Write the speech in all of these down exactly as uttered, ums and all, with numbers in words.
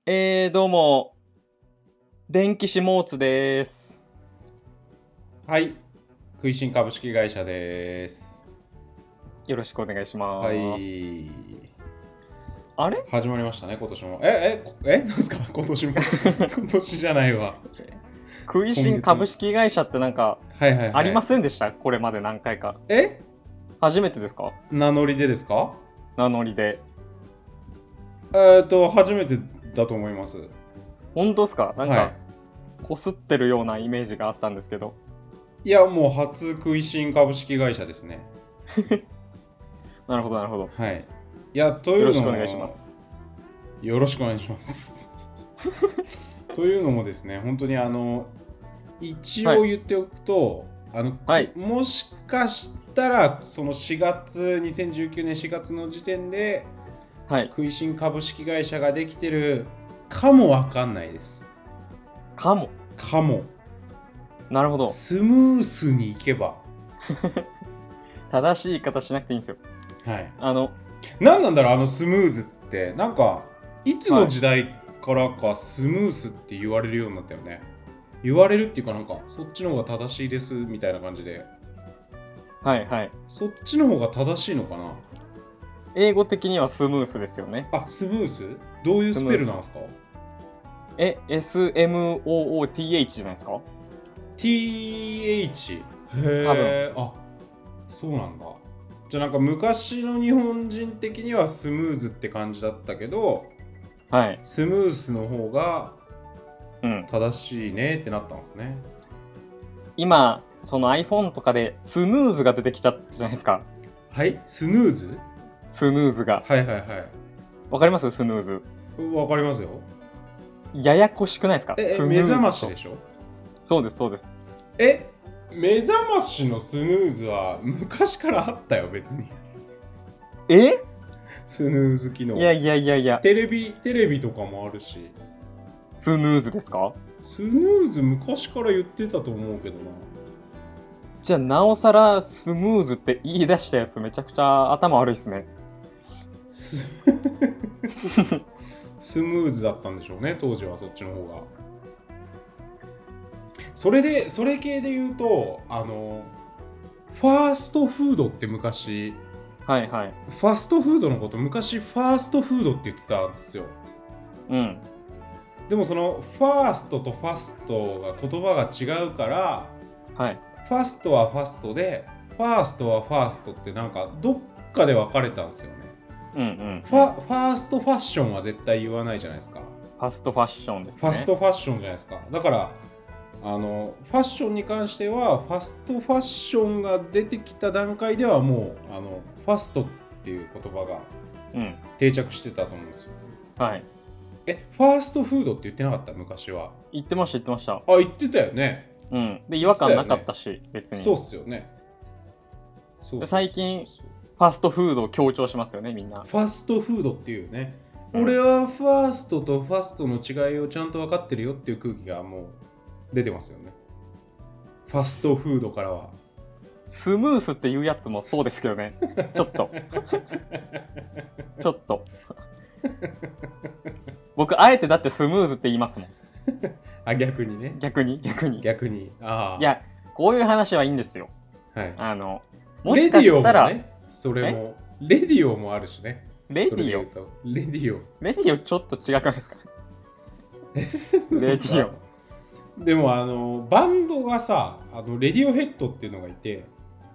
えー、どうも、電気シモーツです。 はい、食いしん株式会社です。 よろしくお願いしはます。 い、 あれ始まりましたね、今年も。え、え、え、なんすか今年もっつって今年じゃないわ。 食いしん今月も。 株式会社ってなんか、 はいはいはい。 ありませんでしたこれまで何回か。 え初めてですか？ 名乗りでですか？ 名乗りで。 えっと、初めてだと思います。 本当ですか？なんか、 はい。 こすってるようなイメージがあったんですけど。 いや、もう初食いしん株式会社ですね。 なるほど、なるほど。 はい。いや、というのも、 よろしくお願いします。 よろしくお願いします。というのもですね、本当にあの、一はい。 応言っておくと、あの、 はい。 もしかしたらそのしがつにせんじゅうきゅうねんしがつの時点ではい。 食いしん株式会社ができてるかもわかんないです。 かも。 かも。 なるほど。 スムースにいけば。 正しい言い方しなくていいんですよ。 はい。 あの、 何なんだろうあのスムーズって。なんかいつはい。 の時代からかスムースって言われるようになったよね。言われるっていうかなんかそっちの方が正しいですみたいな感じで。 はい、はい。 そっちの方が正しいのかな。 英語的にはスムースですよね。 あ、スムースどういうススムース。 ペルなんですか？ え、エスエムオーオーティーエイチ じゃないですか？ ティーエイチ。へ多分。 え、あ、そうなんだ。じゃあなんか昔の日本人的にはスムーズって感じだったけど、 はい。 スムースの方がうん。 正しいねってなったんですね。 今、その iPhone とかでスヌーズが出てきちゃったじゃないですか。 はい、スヌーズ。 スヌーズが。 はいはいはわかります？スヌーズ。 い。わかりますよ。 ややこしくないですか？ え、えスヌ目覚まーズと。 しでしょ？ そうです、そうです。 え、目覚ましのスヌーズは昔からあったよ、別に。 えスヌーズ機能。 いやいやいやいや。 テレビ、テレビとかもあるし。 スヌーズですか？ スヌーズ昔から言ってたと思うけどな。 じゃあ、なおさらスムーズって言い出したやつめちゃくちゃ頭悪いっすね。 ススムーズだったんでしょうね、当時はそっちの方が。それで、それ系で言うと、あの、ファーストフードって昔、 はいはい。 ファストフードのこと昔ファーストフードって言ってたんですよ。 うん。 でもそのファーストとファストが言葉が違うから、 はい。 ファストはファストで、ファーストはファーストってなんかどっかで分かれたんですよね。 うんうん、 ファ、ファーストファッションは絶対言わないじゃないですか。 ファストファッションですファスね。 トファッションじゃないですか。だからあのファッションに関してはファストファッションが出てきた段階ではもうあのファストっていう言葉がうん。 定着してたと思うんですよ。 はい。 え、ファーストフードって言ってなかった昔は？ 言ってました、言ってました。 あ、言ってたよね。 うん。で、違言っ和感なかてたよね。 ったし、別に。 そうっすよね。そうでそうそう最近、 そう。 ファストフードを強調しますよね、みんな。 ファストフードっていうね、 うん、 俺はファーストとファストの違いをちゃんと分かってるよっていう空気がもう出てますよね。ファストフードからは。 スムースっていうやつもそうですけどね。ちょっと。ちょっと。僕、あえてだってスムーズって言いますもん。 あ、逆にね。 逆に、逆に。 逆に。ああ。 いや、こういう話はいいんですよ。 はい。 あの、もしかしたら、 レディオもね、それも、レディオもあるしね。 レディオそれで言うとレディオ。 レディオちょっと違くないですか？レディオ。 でもあのバンドがさ、あのレディオヘッドっていうのがいて、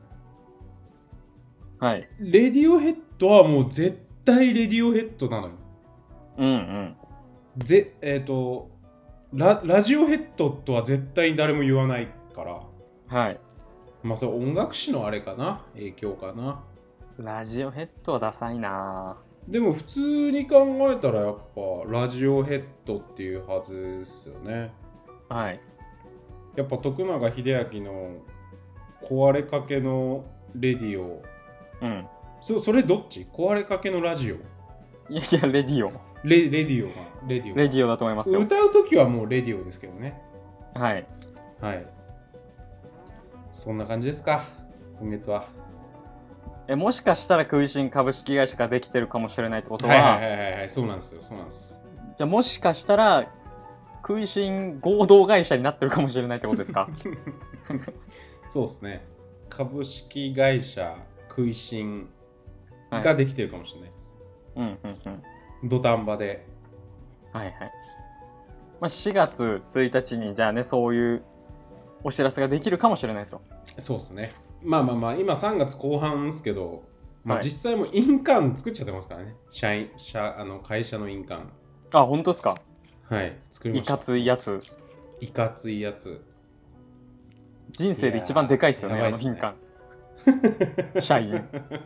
はい。 レディオヘッドはもう絶対レディオヘッドなのよ。 うんうん。 ぜえっ、ー、とラ、ラジオヘッドとは絶対に誰も言わないから、 はい。 まあそれ音楽史のあれかな、影響かな。 ラジオヘッドはダサいな。 でも普通に考えたらやっぱラジオヘッドっていうはずですよね。 はい。 やっぱ徳永英明の壊れかけのレディオ。 うん。 そ, それどっち？壊れかけのラジオ。 いやいや、レディオ。 レ, レディオが。レディオが。 レディオだと思いますよ。 歌うときはもうレディオですけどね。 はい。 はい。そんな感じですか、今月は。 え、もしかしたら食いしん株式会社ができてるかもしれないってことは、 はいはいはいはい、はい、そうなんですよ、そうなんです。 じゃあもしかしたら食いしん合同会社になってるかもしれないってことですか？ そうですね。株式会社食いしんができてるかもしれないです。 はい、うんうんうん。 土壇場で。 はいはい。まあ、しがつついたちにじゃあね、そういうお知らせができるかもしれないと。 そうですね。まあまあまあ、今さんがつこう半ですけど、まあ、 はい、 実際も印鑑作っちゃってますからね。社員、社あの会社の印鑑。 あ、本当ですか？ はい、作りました。 いかついやつ。 いかついやつ。 人生で一番でかいですよね、 いやーあの印鑑。社員。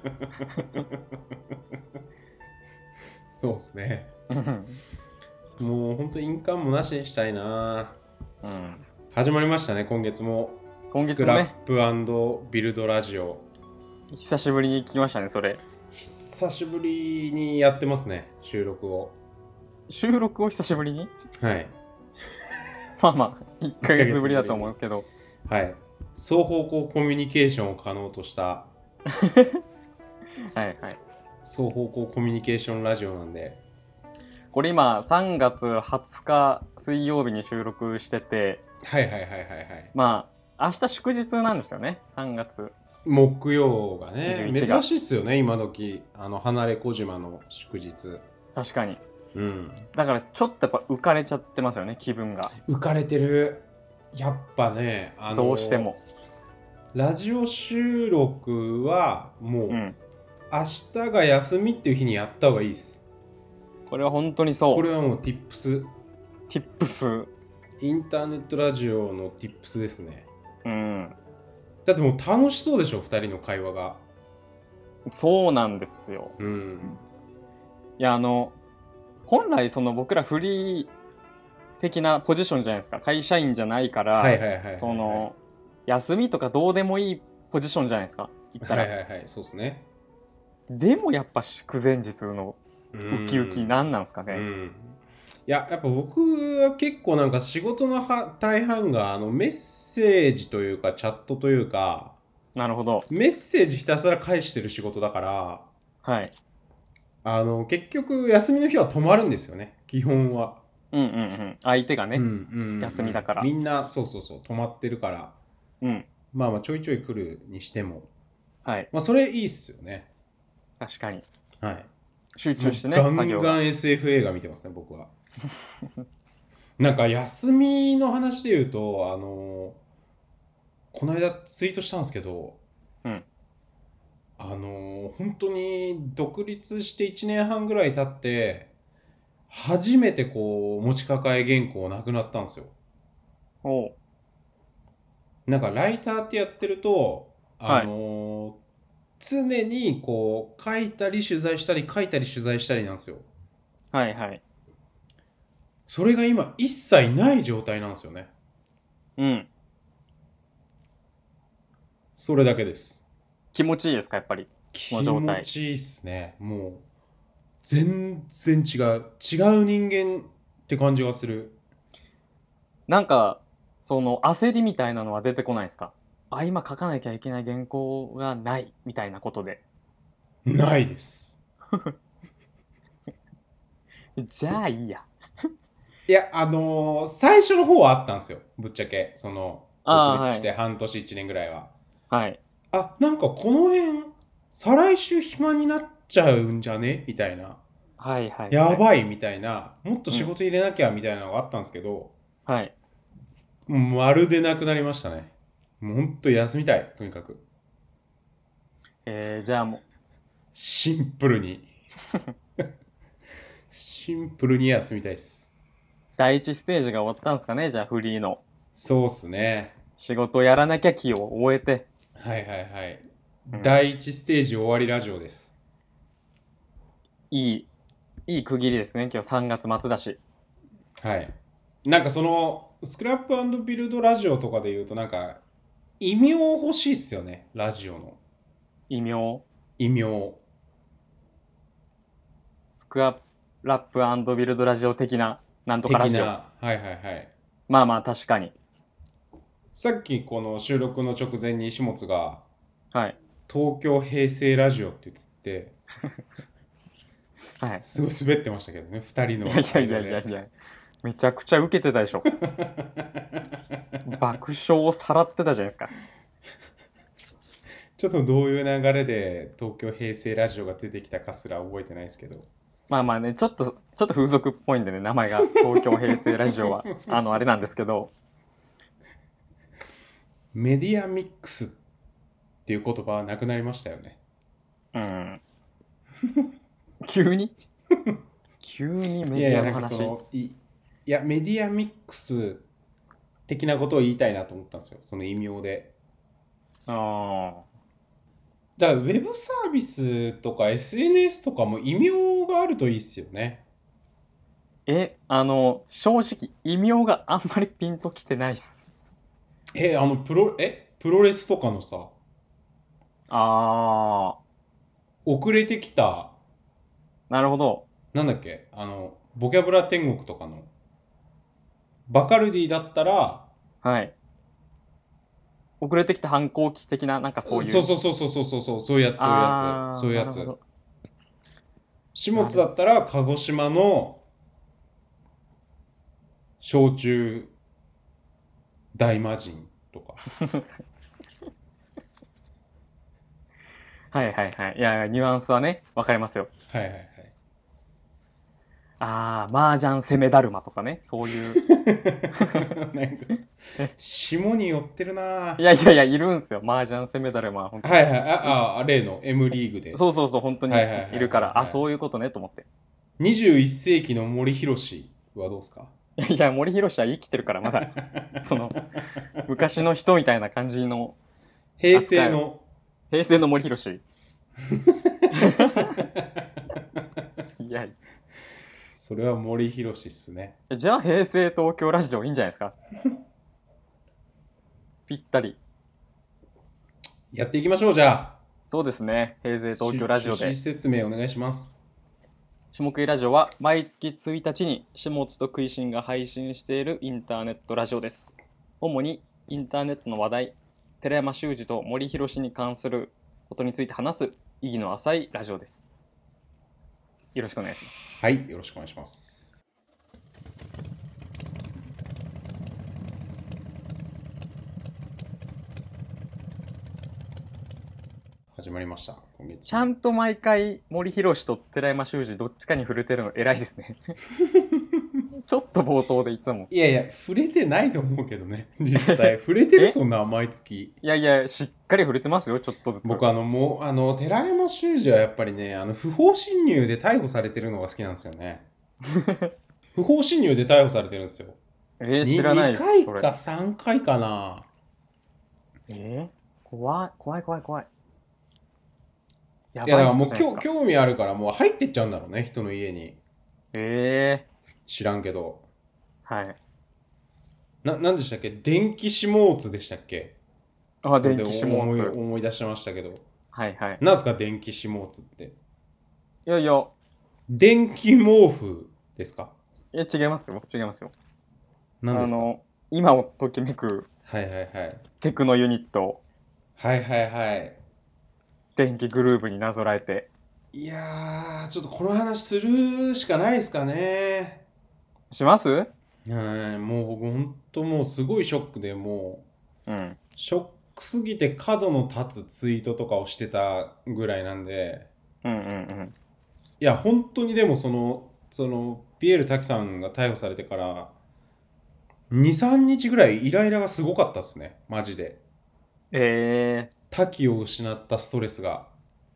そうですね。 うんもう本当印鑑もなしにしたいな。 うん、 始まりましたね、今月も。 今月スクラもね、 ップビルドラジオ。 久しぶりに聞きましたね、それ。 久しぶりにやってますね、収録を。 収録を久しぶりにはい。 まあまあ、いっかげつぶりだと思うんですけど。 はい。双方向コミュニケーションを可能としたはいはい。 双方向コミュニケーションラジオなんで。 これ今さんがつはつか水曜日に収録してて、 はいはいはいはいはい。 まあ明日祝日なんですよね、さんがつ。 木曜がね、 にじゅういちが珍しいっすよね、今時。あの、離れ小島の祝日。 確かに。 うん。 だからちょっとやっぱ浮かれちゃってますよね、気分が。 浮かれてる。やっぱね、あのどうしても。 ラジオ収録はもう、 うん。 明日が休みっていう日にやった方がいいです。 これは本当にそう。 これはもう Tips。 Tips。 インターネットラジオの Tips ですね。 うん。 だってもう楽しそうでしょ、ふたりの会話が。 そうなんですよ。 うん。 いや、あの、本来その僕らフリー的なポジションじゃないですか。会社員じゃないから、 はいはいはいはいはい、 その、休みとかどうでもいいポジションじゃないですか。言ったら。 はいはいはい、そうですね。 でもやっぱ祝前日のウキウキなんなんですかね。 うん。いや、やっぱ僕は結構なんか仕事の大半があのメッセージというかチャットというか、 なるほど。 メッセージひたすら返してる仕事だから、 はい。 あの結局休みの日は止まるんですよね、基本は。 うんうんうん。相手がね、 うんうんうん、 休みだから。 みんなそうそうそう止まってるから、 うん。 まあまあちょいちょい来るにしても、 はい。 まあそれいいっすよね。 確かに。 はい。 集中してね、 ガン作業が。 ガン エスエフ 映画見てますね、僕は。なんか休みの話で言うと、あのこの間ツイートしたんですけど、 うん。 あの本当に独立していちねんはんぐらい経って初めてこう持ち抱え原稿なくなったんですよ。 おう。 なんかライターってやってると、あはい。 の常にこう書いたり取材したり書いたり取材したりなんですよ。 はいはい。 それが今一切ない状態なんですよね。 うん。 それだけです。 気持ちいいですか、やっぱり。 気の状態。 持ちいいっすね。もう全然違う違う人間って感じがする。 なんか、その焦りみたいなのは出てこないですか？あ、今書かなきゃいけない原稿がないみたいなことで。 ないです。 じゃあいいや。 いや、あのー最初の方はあったんですよ、ぶっちゃけ。その、 ああ、 独立してはい。 半年、いちねんぐらいは。 はい。 あ、なんかこの辺、再来週暇になっちゃうんじゃねみたいな。 はいはい、 やい。 ばいみたいな。もっとうん。 仕事入れなきゃみたいなのがあったんですけど、 はい。 もうまるでなくなりましたね。もうほんと休みたい、とにかく。 えー、じゃあもう、 シンプルに。シンプルに休みたいです。 第一ステージが終わったんですかね、じゃあフリーの。 そうっすね。 仕事やらなきゃ期を終えて。 はいはいはい。 うん。 第一ステージ終わりラジオです。 いい、いい区切りですね、今日さんがつ末だし。 はい。なんかその、スクラップビルドラジオとかで言うと、なんか、異名欲しいっすよね、ラジオの。 異名。 異名。 スクラップビルドラジオ的な、なんとかラジオ。 的な。はいはいはい。 まあまあ、確かに。 さっきこの収録の直前に石本が、 はい。 東京平成ラジオって言ってて、 はい。 すごい滑ってましたけどね、ふたりのいやいやいやい間で。 やいや、めちゃくちゃ受けてたでしょ。爆笑をさらってたじゃないですか。 ちょっとどういう流れで東京平成ラジオが出てきたかすら覚えてないですけど。 まあまあね、ちょっと、ちょっと風俗っぽいんでね、名前が東京平成ラジオは、あの、あれなんですけど、 メディアミックスっていう言葉はなくなりましたよね。 うん。急に急にメいやいや、 ディアの話。 なんかその、い、いや、メディアミックス的なことを言いたいなと思ったんですよ、その異名で。 あだから、ウェブサービスとか エスエヌエス とかも異名があるといいっすよね。 ーえ、あの、正直、異名があんまりピンときてないっす。 え、あの、プロ、え、プロレスとかのさ、 あ遅れてきた、 ー、なるほど。 なんだっけ、あの、ボキャブラ天国とかの、バカルディだったら、 はい。遅れてきた反抗期的な、なんかそういう。 そうそうそうそうそうそうそう、そういうやつ、そういうやつ、 あー、 そういうやつ。 なるほど。 始末だったら、鹿児島の焼酎大魔神とか。 はいはいはい。いや、ニュアンスはね、わかりますよ。 はいはいはい。 あー、麻雀攻めだるまとかね、そういう。 なんか、霜に寄ってるなぁ。 いやいやいや、いるんすよ。麻雀攻めだるまは本当に。 はいはい、あ、あ、例の M リーグで。 そうそうそう、本当にはいはいはいはいいるから、あ、そういうことねと思って。 にじゅういっ世紀の森博はどうですか？ いやいや、森博は生きてるから、まだ、その、昔の人みたいな感じの、 平成の。 平成の森博。いや、 それは森博っすね。 じゃあ平成東京ラジオいいんじゃないですか。ぴったり。 やっていきましょう、じゃあ。 そうですね。平成東京ラジオで。 趣旨説明お願いします。 下食いラジオは毎月ついたちに下津と食いしんが配信しているインターネットラジオです。主にインターネットの話題、寺山修司と森博に関することについて話す意義の浅いラジオです。よろしくお願いします。 はい、よろしくお願いします。始まりました。今月ちゃんと毎回森博と寺山修司どっちかに触れてるの偉いですね。ちょっと冒頭でいつも。 いやいや、触れてないと思うけどね、実際。触れてるそんな毎月。 いやいや、しっかり触れてますよ、ちょっとずつ。 僕、あの、もう、あの、寺山修司はやっぱりね、あの、不法侵入で逮捕されてるのが好きなんですよね。不法侵入で逮捕されてるんですよ。 えー、知らないにです。 かいかさんかいかな。 えー、怖い、怖い、怖い、怖い。やいや、だばいからもう人じゃないですか。 興味あるからもう入ってっちゃうんだろうね、人の家に。 え知らんけど。 ー、はい。 な、なんでしたっけ？電気始末でしたっけ？ あ、 それで電気始思い、 末。 思い出しましたけど。 はいはい。 なんすか、電気始末って。 いやいや、 電気毛布ですか？ いや違いますよ、違いますよ。 何ですか？ あの、今をときめくはいはいはい。 テクノユニット、 はいはいはい。 電気グルーヴになぞらえて。 いやー、ちょっとこの話するしかないですかね。 します？ はい、もう僕ほんともうすごいショックで、もううん。 ショックすぎて角の立つツイートとかをしてたぐらいなんで、 うんうんうん。 いや本当にでもそのそのピエール滝さんが逮捕されてからにさんにちぐらいイライラがすごかったっすね、マジで。 えー、 滝を失ったストレスが。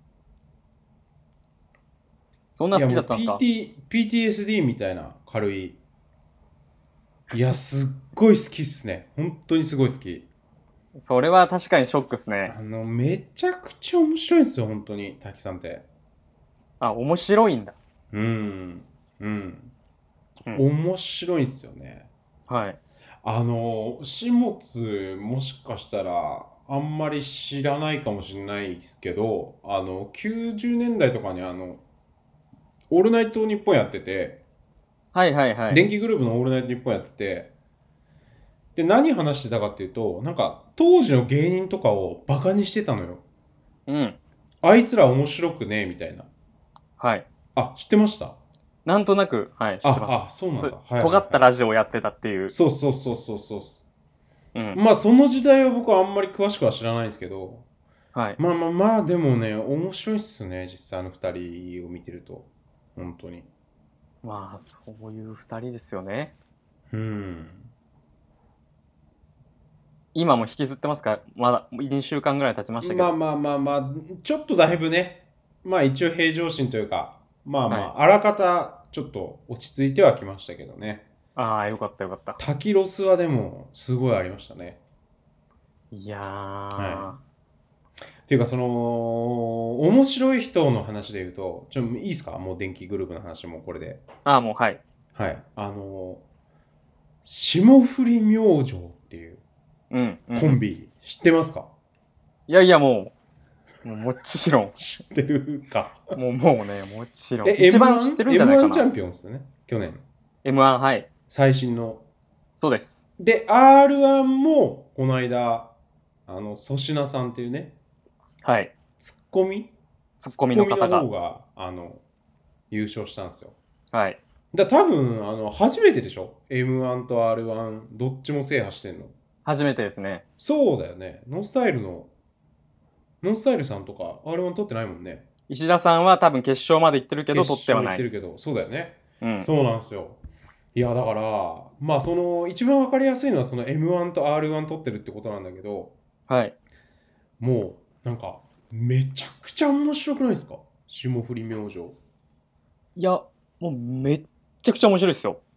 そんない好やもうきだったんですか？ ピーティー、ピーティーエスディー みたいな軽い。いや、すっごい好きっすね。本当にすごい好き。 それは確かにショックっすね。 あの、めちゃくちゃ面白いんですよ、本当に、滝さんって。 あ、面白いんだ。 うん。うん。 うん、 面白いんですよね。 はい。 あの、始末、もしかしたら、あんまり知らないかもしれないですけど、あの、きゅうじゅうねんだいとかに、あの、オールナイトニッポンやってて、 はいはいはい。 電気グループのオールナイトニッポンやってて、で、何話してたかっていうと、なんか、当時の芸人とかをバカにしてたのよ。 うん。 あいつら面白くねえみたいな。 はい。 あ、知ってました？ なんとなく、はい、知ってます。 あ、あ、そうなんだ。 そはいはいはい尖ったラジオをやってたっていう。 そうそうそうそうそう。 うん。 まあその時代は僕はあんまり詳しくは知らないんですけど、 はい。 まあまあまあでもね、面白いっすね、実際あの二人を見てると。本当に。 まあ、そういう二人ですよね。 うん。 今も引きずってますか？まだにしゅうかんぐらい経ちましたけど。 まあまあまあまあ、ちょっとだいぶね、まあ一応平常心というか、まあまはい。 あ、あらかたちょっと落ち着いてはきましたけどね。 ああ、よかったよかった。 タキロスはでも、すごいありましたね。 いやはい。 ー。 っていうか、その、面白い人の話で言うと、ちょっといいですか？もう電気グループの話もこれで。 ああ、もう、はい。 はい。あの、霜降り明星っていううん、うん、うん。 コンビ、知ってますか？ いやいや、もう、もうもちろん。 知ってるか。 もう、もうね、もちろん。 え、 一番知ってるんじゃないかエムワン？ チャな。 ンピオンですよね。去年。 エムワン、はい。 最新の。 そうです。 で、アールワン も、この間、あの、粗品さんっていうね、 はい。 ツッコミツッコミツッコミのの方が。 方が、あの、優勝したんですよ。 はい。 だ多分、あの、初めてでしょ？ エムワン と アールワン、どっちも制覇してんの。 初めてですね。 そうだよね。ノンスタイルの、ノンスタイルさんとか アールワン 取ってないもんね。 石田さんは多分決勝まで行ってるけど、 決取ってはない。 勝行ってるけど、そうだよね。 うん。 そうなんですよ。いや、だから、まあ、その、一番わかりやすいのは、その エムワン と アールワン 取ってるってことなんだけど、 はい。 もう、なんか、めちゃくちゃ面白くないですか？霜降り明星。 いや、もうめっちゃくちゃ面白いですよ。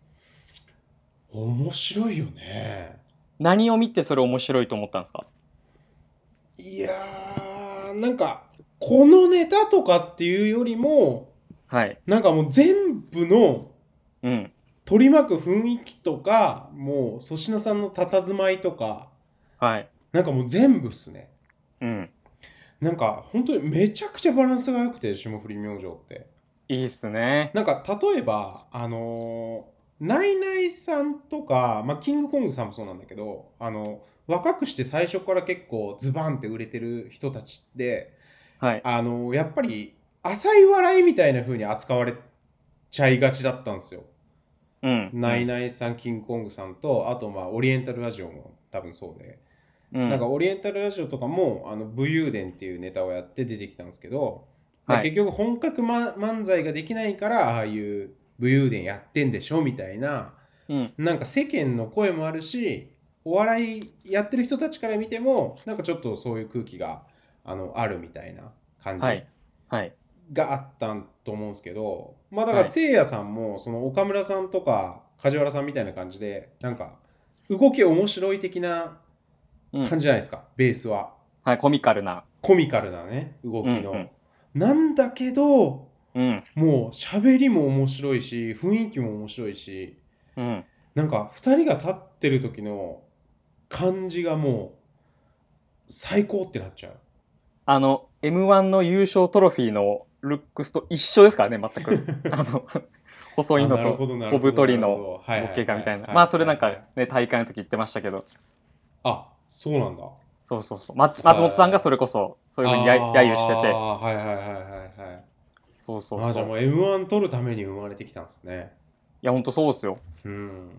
面白いよね。 何を見てそれ面白いと思ったんですか？ いやー、なんか、このネタとかっていうよりも、 はい。 なんかもう全部のうん。 取り巻く雰囲気とか、もう粗品さんの佇まいとか、 はい。 なんかもう全部っすね。 うん。 なんか本当にめちゃくちゃバランスが良くて、霜降り明星って。 いいっすね。 なんか例えば、あのーナイナイさんとか、まあ、キングコングさんもそうなんだけど、あの、若くして最初から結構ズバンって売れてる人たちって、 はい。 あのやっぱり浅い笑いみたいな風に扱われちゃいがちだったんですよ。 うん。 ナイナイさん、キングコングさんと、あとまあオリエンタルラジオも多分そうで、 うん。 なんかオリエンタルラジオとかもあの武勇伝っていうネタをやって出てきたんですけど、 はい。 結局本格、ま、漫才ができないからああいう武勇伝やってんでしょみたいな、 うん。 なんか世間の声もあるし、お笑いやってる人たちから見てもなんかちょっとそういう空気があのあるみたいな感じはい。はい。 があったと思うんですけど、まあだからはい。 せいやさんもその岡村さんとか梶原さんみたいな感じでなんか動き面白い的なうん。 感じじゃないですか、ベースは。 はい。コミカルな。 コミカルなね、動うん。 きの。 うん。 なんだけど、 うん。 もう喋りも面白いし、雰囲気も面白いし、 うん。 なんかふたりが立ってる時の感じがもう最高ってなっちゃう。 あの、エムワン の優勝トロフィーのルックスと一緒ですからね、全く。あの、細いあ、 のとなるほど、なる小ほど、 太りのなるほど。はいボはいはいケがみたいな。 はいまあ、それなんかはいはい。 ね、大会の時言ってましたけど。 あ、そうなんだ。 そうそうそう。ま、松本さんがはい。 それこそ、そういうあふうにや揶揄してて。 あ、はいはいはいはいはい。 そうそうあ、じゃあもうそう。 エムワン 取るために生まれてきたんですね。 いや、ほんとそうですよ。 うん。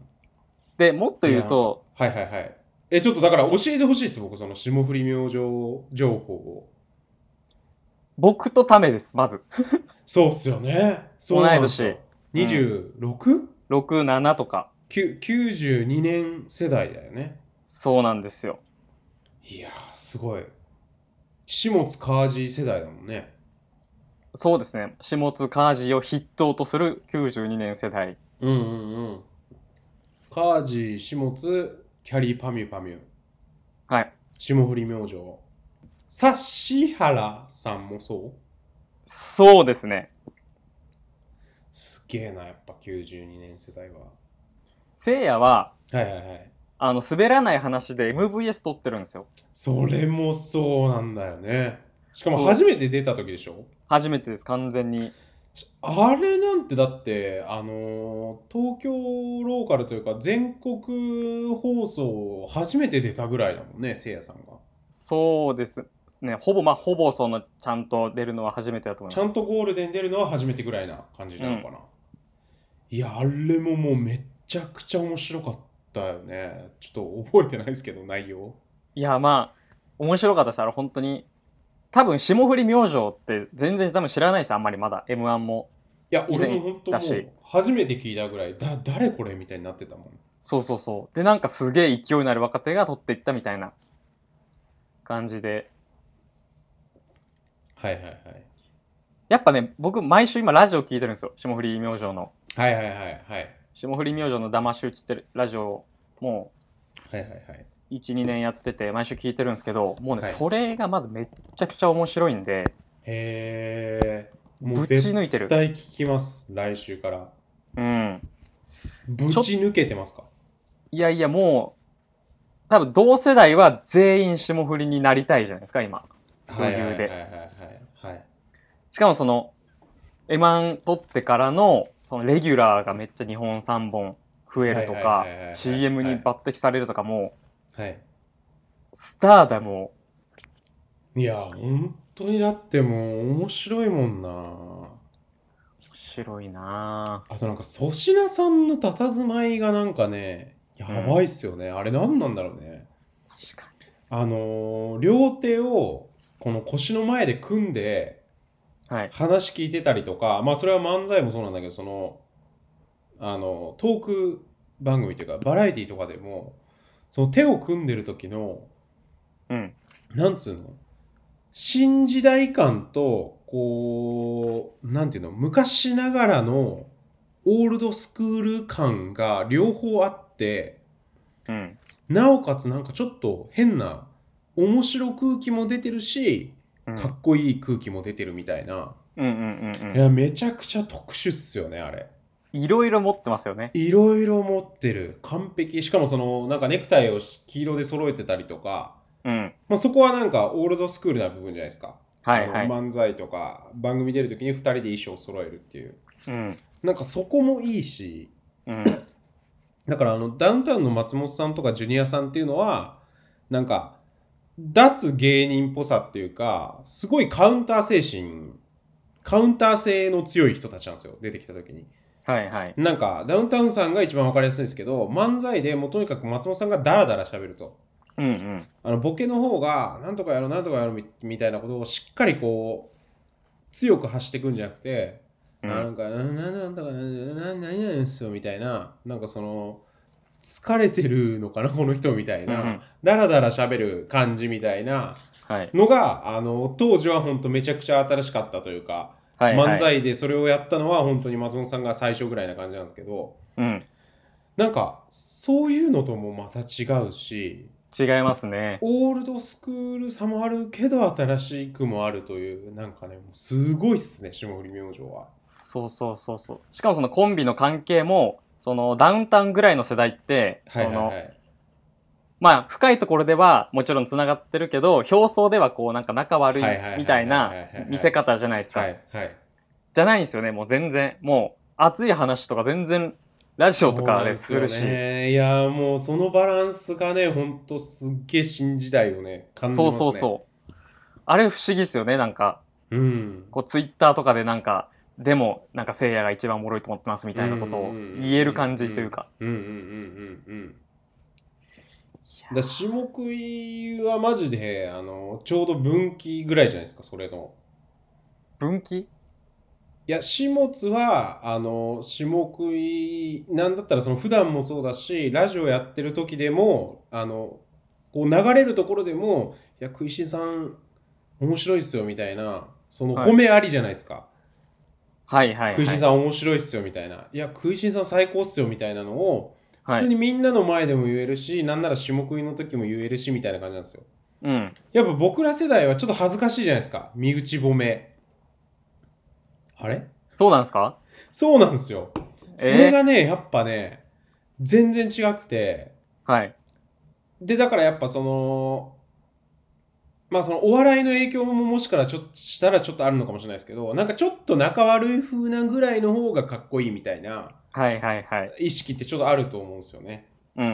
で、もっといや、なんか、 言うと、 はいはいはい。え、ちょっとだから教えてほしいです、僕、その霜降り明星情報を。 僕とためです、まず。 そうっすよね。そう同い年。 なんですよ。 うん。 にじゅうろく? ろく、ななとか。 きゅきゅうじゅうにねん世代だよね。 そうなんですよ。 いやー、すごい。下津川地世代だもんね。 そうですね。下津川地を筆頭とするきゅうじゅうにねん世代。 うんうんうん。川地、下津、キャリーパミュパミュ。 はい。 霜降り明星。指原さんもそう？ そうですね。 すげえな、やっぱきゅうじゅうにねん世代は。 せいやは、 はいはいはい。 あの、滑らない話で エムブイエス 撮ってるんですよ。 それもそうなんだよね。しかもそう。 初めて出た時でしょ？ 初めてです、完全に。 あれなんてだって、あのー東京ローカルというか全国放送初めて出たぐらいだもんね、せいやさんが。 そうです。 ね、ほぼまあほぼそのちゃんと出るのは初めてだと思います。 ちゃんとゴールデン出るのは初めてぐらいな感じなのかな、うん、いやあれももうめっちゃくちゃ面白かったよね。ちょっと覚えてないですけど内容。 いやまあ面白かったです。あれ本当に多分霜降り明星って全然多分知らないです。あんまりまだ エムワン も。 いや俺も本当もう初めて聞いたぐらいだ誰これみたいになってたもん。 そうそうそう。でなんかすげえ勢いのある若手が取っていったみたいな感じで。 はいはいはい。 やっぱね僕毎週今ラジオ聞いてるんですよ。霜降り明星の。 はいはいはいはい。 霜降り明星の騙し討ちってラジオもはいはいはい。 いちにねんやってて毎週聞いてるんですけど、もうね、はい、それがまずめっちゃくちゃ面白いんで。 へえ。 ぶち抜いてる。 絶対聞きます来週から。 うん。 ぶち抜けてますか？ いやいやもう多分同世代は全員霜降りになりたいじゃないですか今。 はいはいはいはいはい。 しかもその エムワン 取ってからのそのレギュラーがめっちゃにほんさんぼん増えるとか シーエム に抜擢されるとかも、 はい、 スターだもん。いや本当にだってもう面白いもんな。面白いな。 あとなんか粗品さんの佇まいがなんかねやばいっすよね、うん、あれ何なんだろうね。 確かに。 あのー、両手をこの腰の前で組んで話聞いてたりとか、はい、まあそれは漫才もそうなんだけど、そのあのトーク番組というかバラエティとかでもその手を組んでる時の、 うん、 なんつうの新時代感とこうなんていうの昔ながらのオールドスクール感が両方あって、 うん、 なおかつなんかちょっと変な面白空気も出てるし、うん、かっこいい空気も出てるみたいな、 うんうんうんうん、 いやめちゃくちゃ特殊っすよねあれ。 いろいろ持ってますよね。 いろいろ持ってる完璧。しかもそのなんかネクタイを黄色で揃えてたりとか、 うんまあ、そこはなんかオールドスクールな部分じゃないですか。 はいはい、 あの漫才とか番組出るときにふたりで衣装を揃えるっていう、 うん、 なんかそこもいいし、 うん、 だからあのダウンタウンの松本さんとかジュニアさんっていうのはなんか脱芸人っぽさっていうかすごいカウンター精神カウンター性の強い人たちなんですよ出てきたときに。 はいはい、 なんかダウンタウンさんが一番分かりやすいんですけど、漫才でもうとにかく松本さんがダラダラ喋ると、 うんうん、 あのボケの方がなんとかやろうなんとかやろうみたいなことをしっかりこう強く発していくんじゃなくて、うん、あなんかなんなんとかなんなんなんですよみたいな、なんかその疲れてるのかなこの人みたいな、うんうん、ダラダラ喋る感じみたいなのが、はい、あの当時は本当めちゃくちゃ新しかったというか、はいはい、漫才でそれをやったのは本当に松本さんが最初ぐらいな感じなんですけど、 うん、 なんかそういうのともまた違うし、 違いますね。 オールドスクールさもあるけど新しくもあるという、なんかねもうすごいっすね霜降り明星は。 そうそうそうそう。しかもそのコンビの関係もそのダウンタウンぐらいの世代って、はいはいはい、そのまあ深いところではもちろんつながってるけど表層ではこうなんか仲悪いみたいな見せ方じゃないですか。 はいはい、 じゃないんですよね。もう全然もう熱い話とか全然ラジオとかでするし。 そうなんですよね。いやもうそのバランスがねほんとすっげえ新時代をね感じますね。 そうそうそう。あれ不思議ですよねなんか。 うん。 こうツイッターとかでなんかでもなんかせいやが一番おもろいと思ってますみたいなことを言える感じというか。 うんうんうんうんうん。だ下食いはマジであのちょうど分岐ぐらいじゃないですかそれの。 分岐？ いや下津はあの下食いなんだったらその普段もそうだしラジオやってる時でもあのこう流れるところでもいや食いしんさん面白いっすよみたいなその褒めありじゃないですか。 はいはいはい、はい、 食いしんさん面白いっすよみたいな、いや食いしんさん最高っすよみたいなのを普通にみんなの前でも言えるし、はい、なんなら下食いの時も言えるしみたいな感じなんですよ。 うん、 やっぱ僕ら世代はちょっと恥ずかしいじゃないですか身内褒め。あれそうなんですか？ そうなんですよ。それがね、えー、やっぱね全然違くて、 はい。 でだからやっぱそのまあそのお笑いの影響ももしかしたらちょっとあるのかもしれないですけど、なんかちょっと仲悪い風なぐらいの方がかっこいいみたいなはいはいはい意識ってちょっとあると思うんですよね。 うん。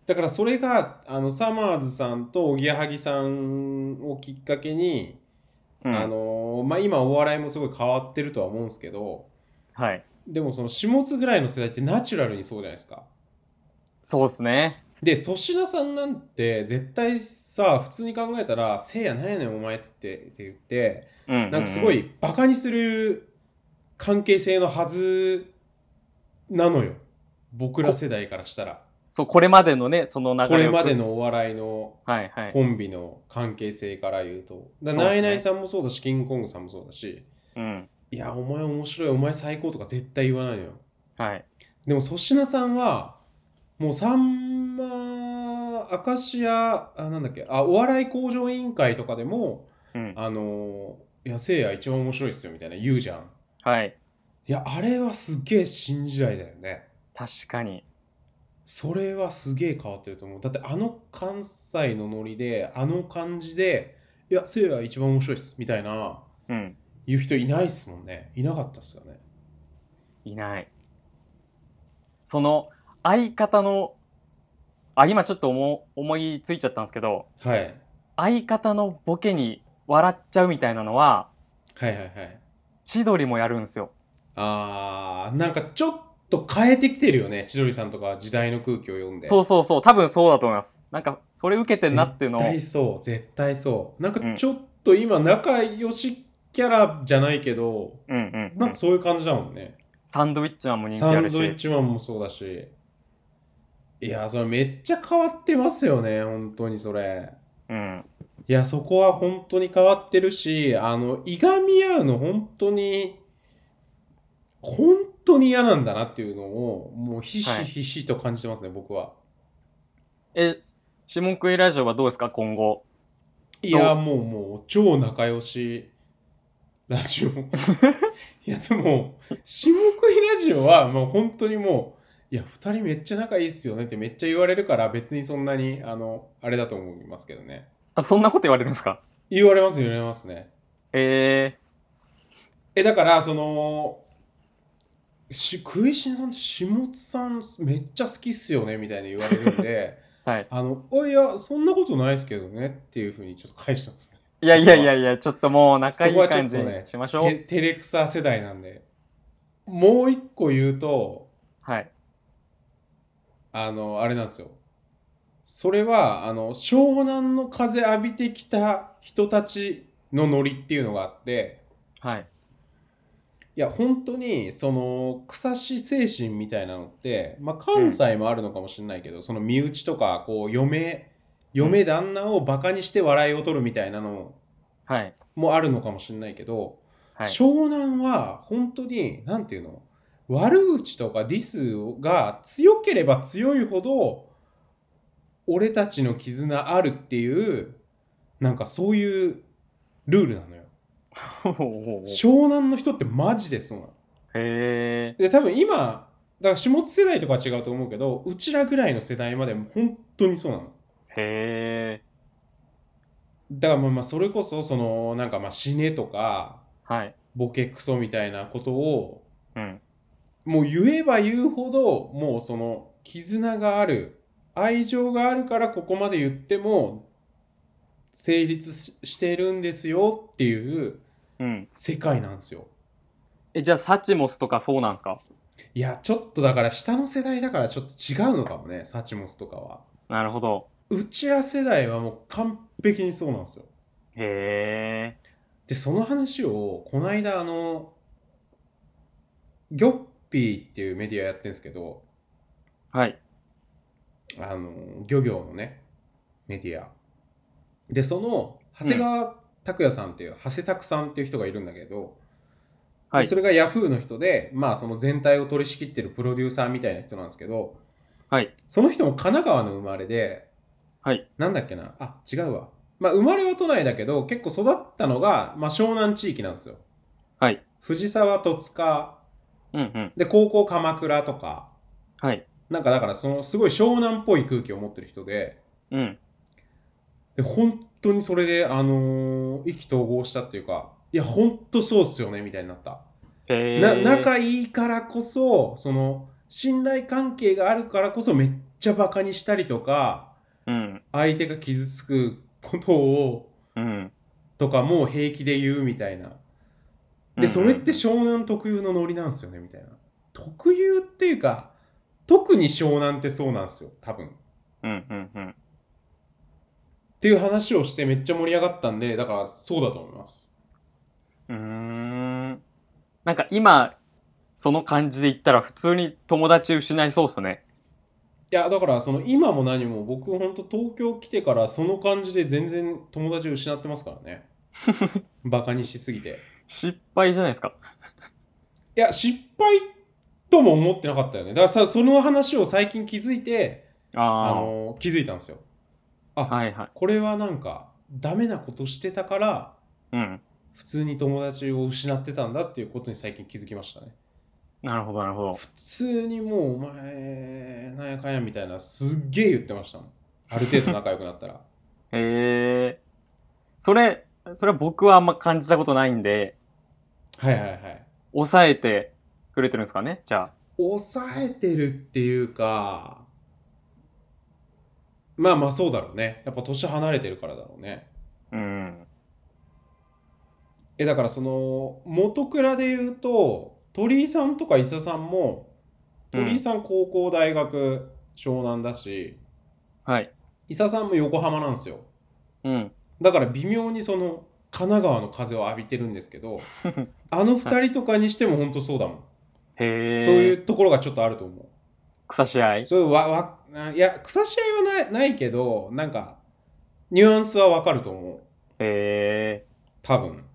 だからそれがあのサマーズさんとおぎやはぎさんをきっかけに、あうん。 のーまあ今お笑いもすごい変わってるとは思うんですけど、 はい。 でもその下津ぐらいの世代ってナチュラルにそうじゃないですか。 そうですね。 で粗品さんなんて絶対さ、普通に考えたら「せいやなんやねんお前」っつってって言って、 うんうんなんかすごうん。 いバカにする関係性のはずなのよ、僕らこ、 世代からしたら。 そう、これまでのね、そのこれまで流れをく、 のお笑いのはいはい。 コンビの関係性から言うと、だそうですね。 ナイナイさんもそうだし、キングコングさんもそうだし、 うん。 いや、お前面白い、お前最高とか絶対言わないのよ。 はい。 でも粗品さんは、もうさんま、明石家、あ、なんだっけ、あ、お笑い向上委員会とかでも、 うん。 あの、いや、せいや一番面白いっすよみたいな言うじゃん。 はい。 いや、あれはすげえ新時代だよね。 確かに。 それはすげえ変わってると思う。だってあの関西のノリで、あの感じで、いや、せいや一番面白いっすみたいなうん。 言う人いないっすもんね。いなかったっすよね。 いない。その相方の、あ、今ちょっと思思いついちゃったんですけど、 はい。 相方のボケに笑っちゃうみたいなのは、 はいはいはい。 千鳥もやるんですよ。 あー、なんかちょっと変えてきてるよね。千鳥さんとか時代の空気を読んで。 そうそうそう、多分そうだと思います。なんか、それ受けてんな絶っていうのを、 対そう、絶対そう。なんかうん、 ちょっと今仲良しキャラじゃないけど、 うんうんなんかうん。 そういう感じだもんね。 サンドウィッチマンも人気サンドイッあるし、 チマンもそうだし。いや、それめっちゃ変わってますよね、本当にそれ。 うん、 いや、そこは本当に変わってるし、あの、いがみ合うの本当に、本当に嫌なんだなっていうのを、もうひはい。 しひしと感じてますね、僕は。 え、下食いラジオはどうですか、今後。 いや、 どもうもう、超仲良しラジオ。いや、でも、下食いラジオはもう本当にもう、いや、二人めっちゃ仲いいっすよねってめっちゃ言われるから、別にそんなに、あの、あれだと思いますけどね。 あ、そんなこと言われるんですか？ 言われます、言われますね。 ええ、だから、その、し食いしんさんって下津さんめっちゃ好きっすよねみたいに言われるんで、 ー、はい。 あの、おいや、そんなことないですけどねっていうふうにちょっと返してますね。 いやいそこは。 やいやいや、ちょっともう仲いいそこはちょっ感じにとね、 しましょう。 て照れくさ世代なんで。もう一個言うと、 はい。 あの、あれなんですよ。それは、あの、湘南の風浴びてきた人たちのノリっていうのがあって、 はい。 いや、本当に、その、草し精神みたいなのって、まあ、 うん。 関西もあるのかもしれないけど、その身内とか、こう、嫁、 うん。 嫁旦那をバカにして笑いを取るみたいなのはい。 もあるのかもしれないけど、 はい。 湘南は本当に、なんていうの、悪口とかディスが強ければ強いほど、俺たちの絆あるっていう、なんかそういうルールなのよ。 ほほほほ。 湘南の人ってマジでそうなの。 へえ。 で、多分今、だから下津世代とかは違うと思うけど、うちらぐらいの世代までも本当にそうなの。 へえ。 だからまあまあそれこそ、その、なんかまあ死ねとか、 はい。 ボケクソみたいなことを、 うん。 もう言えば言うほど、もうその、絆がある、愛情があるからここまで言っても成立してるんですよっていううん。 世界なんですよ。 え、じゃあサチモスとかそうなんですか？ いや、ちょっとだから下の世代だからちょっと違うのかもね、サチモスとかは。 なるほど。 うちら世代はもう完璧にそうなんですよ。 へえ。 で、その話を、この間、あの、ギョッピーっていうメディアやってるんですけど、 はい。 あの、漁業のね、メディア。で、その、長うん。 谷川拓也さんっていう、長谷拓さんっていう人がいるんだけど、で、そはい。 れがヤフーの人で、まあ、その全体を取り仕切ってるプロデューサーみたいな人なんですけど、 はい。 その人も神奈川の生まれで、 はい。 なんだっけな、あ、違うわ。まあ、生まれは都内だけど、結構育ったのが、まあ、湘南地域なんですよ。 はい。 藤沢、戸塚、 うんうん。 で、高校鎌倉とか、 はい。 なんかだから、その、すごい湘南っぽい空気を持ってる人で、 うん。 で、本当にそれで、あのー意気投合したっていうか、いや、本当そうっすよね、みたいになった。 へな、 え。 仲いいからこそ、その、 信頼関係があるからこそめっちゃバカにしたりとか、 うん相手が傷つくことをうんとかも平気で言うみたいな。で、それって湘南特有のノリなんですよねみたいな。特有っていうか、特に湘南ってそうなんですよ多分。 うんうんうんっていう話をしてめっちゃ盛り上がったんで、だからそうだと思います。 うーんなんか今その感じで言ったら普通に友達失いそうっすね。 いやだからその今も何も僕ほんと東京来てからその感じで全然友達を失ってますからね。バカにしすぎて。 失敗じゃないですか。 いや失敗とも思ってなかったよね。だからさ、その話を最近気づいて、ああの気づいたんですよ。あ、 あはいはい。 これはなんかダメなことしてたからうん普通に友達を失ってたんだっていうことに最近気づきましたね。 なるほどなるほど。 普通にもうお前なんやかんやみたいなすっげえ言ってましたもん。ある程度仲良くなったら。 へえそれそれは僕はあんま感じたことないんではいはいはい。 抑えてくれてるんですかねじゃあ。 抑えてるっていうか、まあまあそうだろうね。やっぱ年離れてるからだろうね。 うんえ、だからその元蔵で言うと、鳥居さんとか伊佐さんも、 うん鳥居さん高校大学湘南だし、 はい伊佐さんも横浜なんですよ。 うんだから微妙にその神奈川の風を浴びてるんですけど、あの二人とかにしても本当そうだもん。 へそういうえところがちょっとあると思う。 草試合。 そういうわわいや草試合はないないけど、なんかニュアンスはわかると思う。 へえ多分。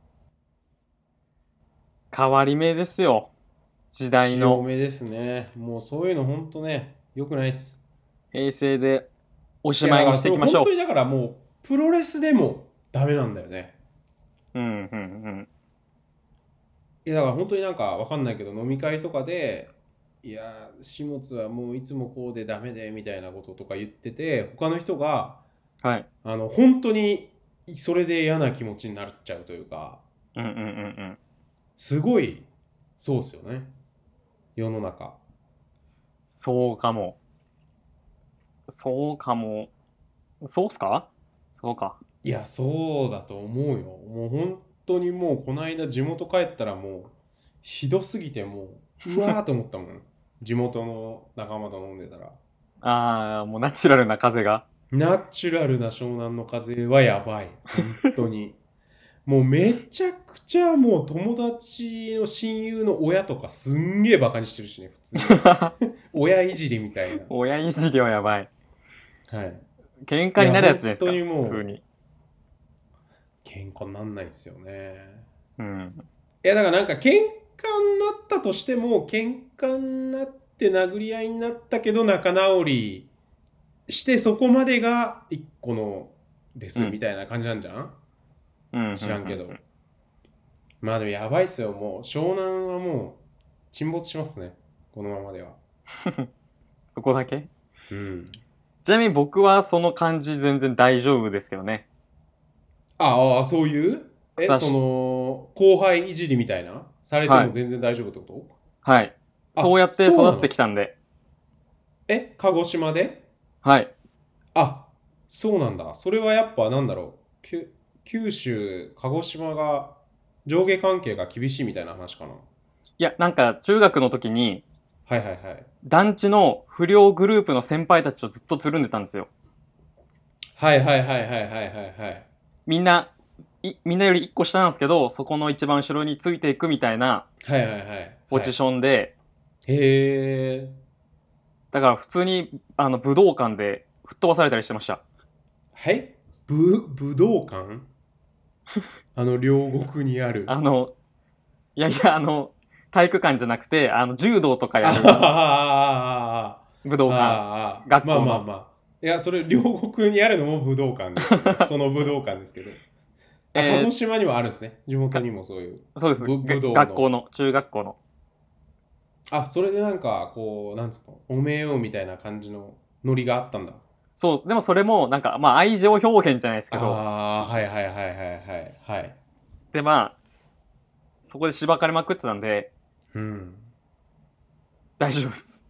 変わり目ですよ時代の。 潮目ですね。もうそういうの本当ね、良くないっす。 平成でおしいやだからまいにしていきましょそれ本当にだからもうプロレスでもダメなんだよね。 う。うんうんうんいやだから本当になんかわかんないけど飲み会とかで、いや始末はもういつもこうでダメでみたいなこととか言ってて、他の人がはいあの本当にそれで嫌な気持ちになっちゃうというか、 うんうんうんうんすごいそうっすよね。世の中。 そうかもそうかもそうっすかそうか。 いやそうだと思うよ。もう本当にもうこの間地元帰ったらもうひどすぎてもううわーと思ったもん。地元の仲間と飲んでたら。 ああもうナチュラルな風が。 ナチュラルな湘南の風はやばい。本当に。もうめちゃくちゃもう友達の親友の親とかすんげえバカにしてるしね、普通に。親いじりみたいな。 親いじりはやばい。 はい。 喧嘩になるやつじゃないですか。 いや本当にもう普通に。 喧嘩になんないですよね。 うんいやだからなんか喧嘩になったとしても、喧嘩になって殴り合いになったけど仲直りしてそこまでが一個のですうんみたいな感じなんじゃん、 うん知らんけど。 ううまあでもやばいっすよ。もう湘南はもう沈没しますね。このままでは。 そこだけ。 うん。 ちなみに僕はその感じ全然大丈夫ですけどね。 ああ、そういうえ、 草しその後輩いじりみたいなされてはいも全然大丈夫ってこと、 はいあそうやって育ってそうなのきたんで。 え、鹿児島ではいあ、そうなんだ。それはやっぱなんだろう。きゅ九州、鹿児島が上下関係が厳しいみたいな話かな。 いやなんか中学の時にはいはいはい。 団地の不良グループの先輩たちとずっとつるんでたんですよ。 はいはいはいはいはいはいはい。 みんないみんなよりいっこ下なんですけどそこの一番後ろについていくみたいなはいはいはい。 ポジションで、 はい、へえ。 だから普通にあの武道館で吹っ飛ばされたりしてました。 はいぶ武道館あの両国にある。 あのいやいやあの体育館じゃなくてあの柔道とかやるあ武道館あ学校の。 まあまあまあ。いや、それ両国にあるのも武道館ですけど、その武道館ですけど。あ、 えー鹿児島にもあるんですね。地元にもそういう。 そうですぶ武道の学校の中学校の。 あ、それでなんか、こう、なんつうの、おめえよみたいな感じのノリがあったんだ。 そうでもそれもなんかまあ愛情表現じゃないですけどああ、はいはいはいはいはいはい。 でまあそこでしばかれまくってたんでうん。 大丈夫です。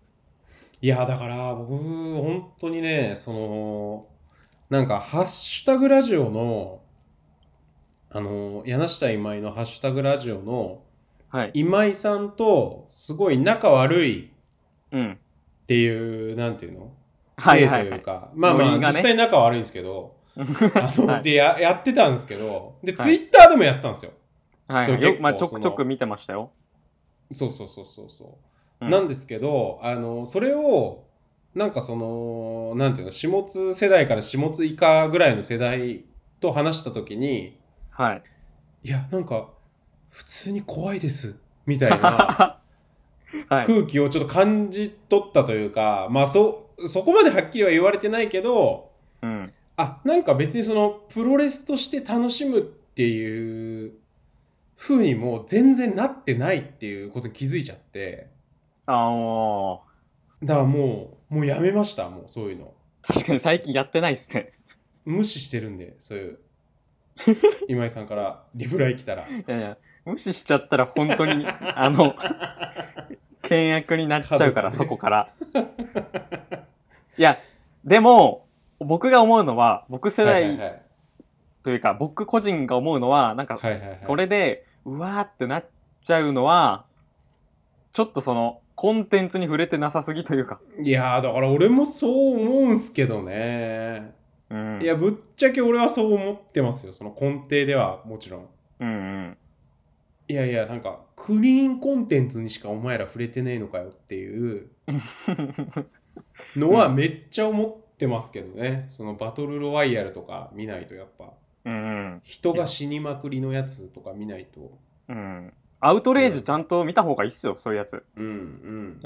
いや、だから僕、本当にね、その、なんか、ハッシュタグラジオの、あの、柳下今井のハッシュタグラジオのはい。 今井さんとすごい仲悪いうん。 っていう、なんていうのはい体とはいはい。 いうか、まあまあ、実ノリがね。 際仲悪いんですけど、あの、 はい。 でや、やってたんですけど、で、ツはい。 イッターでもやってたんですよ。それはいはい。よく、まあ、ち結構、 ょくちょくその、 見てましたよ。 そうそうそうそうそう。なうん。 んですけど、あの、それを、なんかその、なんていうの、下津世代から下津以下ぐらいの世代と話したときに、 はい。 いや、なんか、普通に怖いです、みたいなはい。 空気をちょっと感じ取ったというか、まあそ、そこまではっきりは言われてないけど、 うん。 あ、なんか別にその、プロレスとして楽しむっていう風にも全然なってないっていうことに気づいちゃって、 あのだからもう、もうやめました、もうそういうの。 ー、確かに最近やってないっすね。 無視してるんで、そういう、今井さんからリプライ来たら。 いやいや、無視しちゃったら本当に、あの、険悪になっちゃうから、そこ角がね。 から。いや、でも、僕が思うのは、僕世はいはい代はい。 というか、僕個人が思うのは、なんか、 はいはいはそい。 れで、うわーってなっちゃうのは、ちょっとその、コンテンツに触れてなさすぎというか。 いやー、だから俺もそう思うんすけどね。 うん。 いや、ぶっちゃけ俺はそう思ってますよ。その根底ではもちろん。 うんうん。 いやいや、なんか、クリーンコンテンツにしかお前ら触れてねえのかよっていうのはうん。 めっちゃ思ってますけどね。そのバトルロワイヤルとか見ないとやっぱ、 うんうん。 人がいや、 死にまくりのやつとか見ないと。 うん。アウトレイジちゃうん。 んと見た方がいいっすよ、そういうやつ。 うんうん。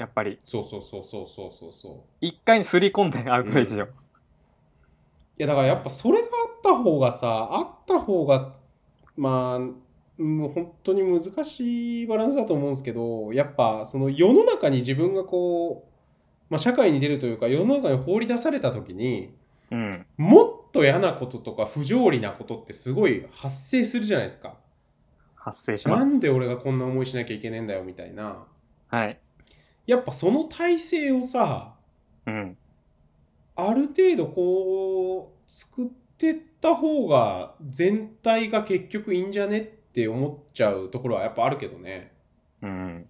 やっぱり。 そうそうそうそうそうそうそ一回にすり込んでアウう。うトレイジを。 ん。いやだからやっぱそれがあった方がさ、あった方が、まあ、もう本当に難しいバランスだと思うんですけど、やっぱその世の中に自分がこう、まあ、社会に出るというか世の中に放り出された時に、 うん。 もっと嫌なこととか不条理なことってすごい発生するじゃないですか。 発生しまなんです。 俺がこんな思いしなきゃいけねえんだよみたいな。 はい。 やっぱその体制をさ、 うん。 ある程度こう作ってった方が全体が結局いいんじゃねって思っちゃうところはやっぱあるけどね。 うん。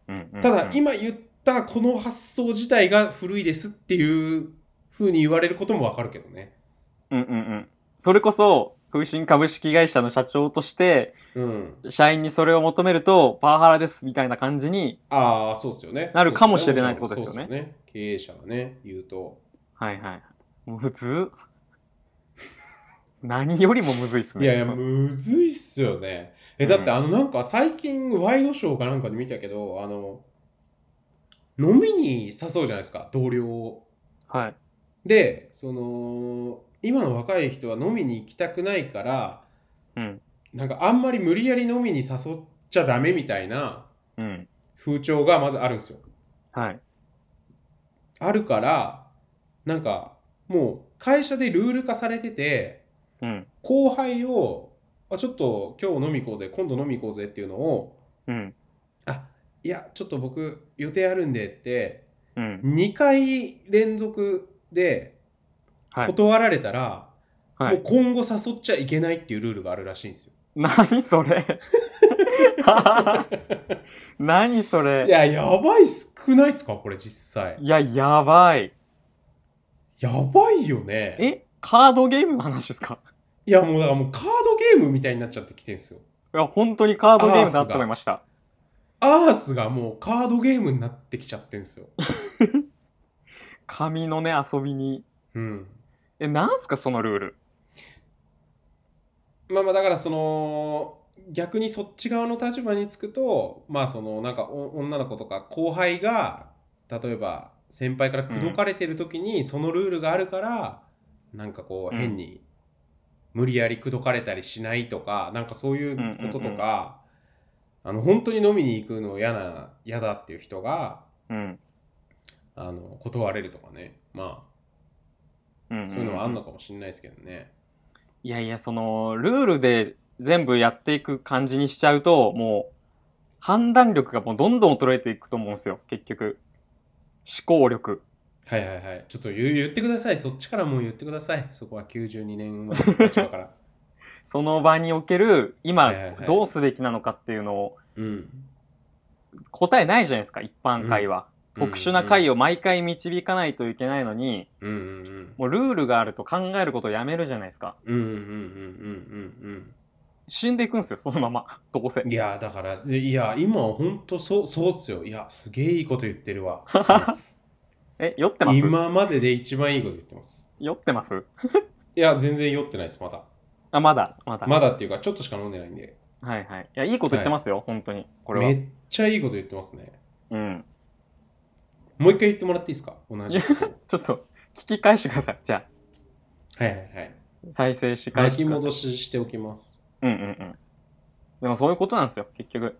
うん。うん。 ただうん。 今言ったこの発想自体が古いですっていう風に言われることもわかるけどね。 うんうんうん。それこそ、風神株式会社の社長として、 うん。 社員にそれを求めると、パワハラですみたいな感じにああ、そうっすよね。 なるかそうっすよね。 もしれないってもちろんそうっことですよね。 すよね。経営者がね、言うと。 はいはい。もう普通、何よりもむずいっすね。 いやいや、 そむずいっすよね。え、だってうん。 あのなんか最近ワイドショーかなんかで見たけど、あの、飲みに誘うじゃないですか、同僚を。 はい。 で、その、今の若い人は飲みに行きたくないから、 うん。 なんかあんまり無理やり飲みに誘っちゃダメみたいなうん。 風潮がまずあるんですよ。 はい。 あるから、なんかもう会社でルール化されてて、 うん。 後輩を、あ、ちょっと今日飲み行こうぜ、今度飲み行こうぜっていうのを、 うん。 あ、いや、ちょっと僕予定あるんでってうん。 にかい連続ではい。 断られたら、 はい。 もう今後誘っちゃいけないっていうルールがあるらしいんですよ。 何それ何それ。 いや、やばい少ないっすかこれ実際。 いや、やばい。 やばいよね。 えカードゲームの話ですか？ いや、もうだからもうカードゲームみたいになっちゃってきてんすよ。 いや、本当にカードゲームだと思いアースが。 ました。 アースがもうカードゲームになってきちゃってんすよ。 紙のね、遊びに。 うん。 え、なんすか、そのルール。 まあまあだからその逆にそっち側の立場につくとまあそのなんかお女の子とか後輩が例えば先輩から口説うん。 かれてる時にそのルールがあるからなんかこううん。 変に無理やり口説かれたりしないとかなんかそういうんううこととんかあの本当に飲みに行くの嫌な嫌だっていう人がうん。うん。 あの断れるとかねまあうんうんうそういうのはあんん。 のかもしれないですけどね。 いやいや、その、ルールで全部やっていく感じにしちゃうと、もう、判断力がもうどんどん衰えていくと思うんですよ、結局。思考力。 はいはいはい。ちょっと言う言ってください。そっちからもう言ってください。そこはきゅうじゅうにねん生まれの立場から。 その場におけるはい今はいはい。 どうすべきなのかっていうのをうん。 答えないじゃないですか、一般会は。 うん特殊な会を毎回導かないといけないのに、 うんうんうんもうルールがあると考えることをやめるじゃないですか。 うんうんうんうんうん死んでいくんですよ、そのまま。どうせ。 うん。いやだからいや今ほんとそうそうっすよ。いやすげえいいこと言ってるわ。下津え、酔ってます？ 今までで一番いいこと言ってます。 酔ってます？ いや全然酔ってないですまだ。 あ、まだ、まだ。 まだっていうかちょっとしか飲んでないんで。 はいはい。いや、いいこと言ってますよ、本当に。これは。 めっちゃいいこと言ってますね。 うん。 もう一回言ってもらっていいですか同じことを。 ちょっと、聞き返してください。じゃはいはいはい。 あ、再生し返してください。 巻き戻ししておきます。 うんうんうん。でもそういうことなんですよ、結局。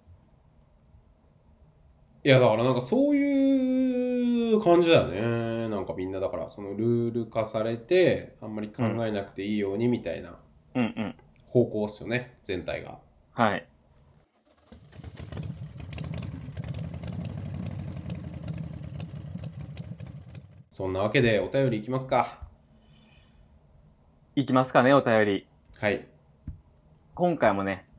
いやだからなんかそういう感じだよね。なんかみんなだからそのルール化されてあんまり考うん。 えなくていいようにみたいなうんうん。 方向っすよね、全体が。 はい。 そんなわけでお便りいきますか。 いきますかね、お便り。 はい。 今回もね、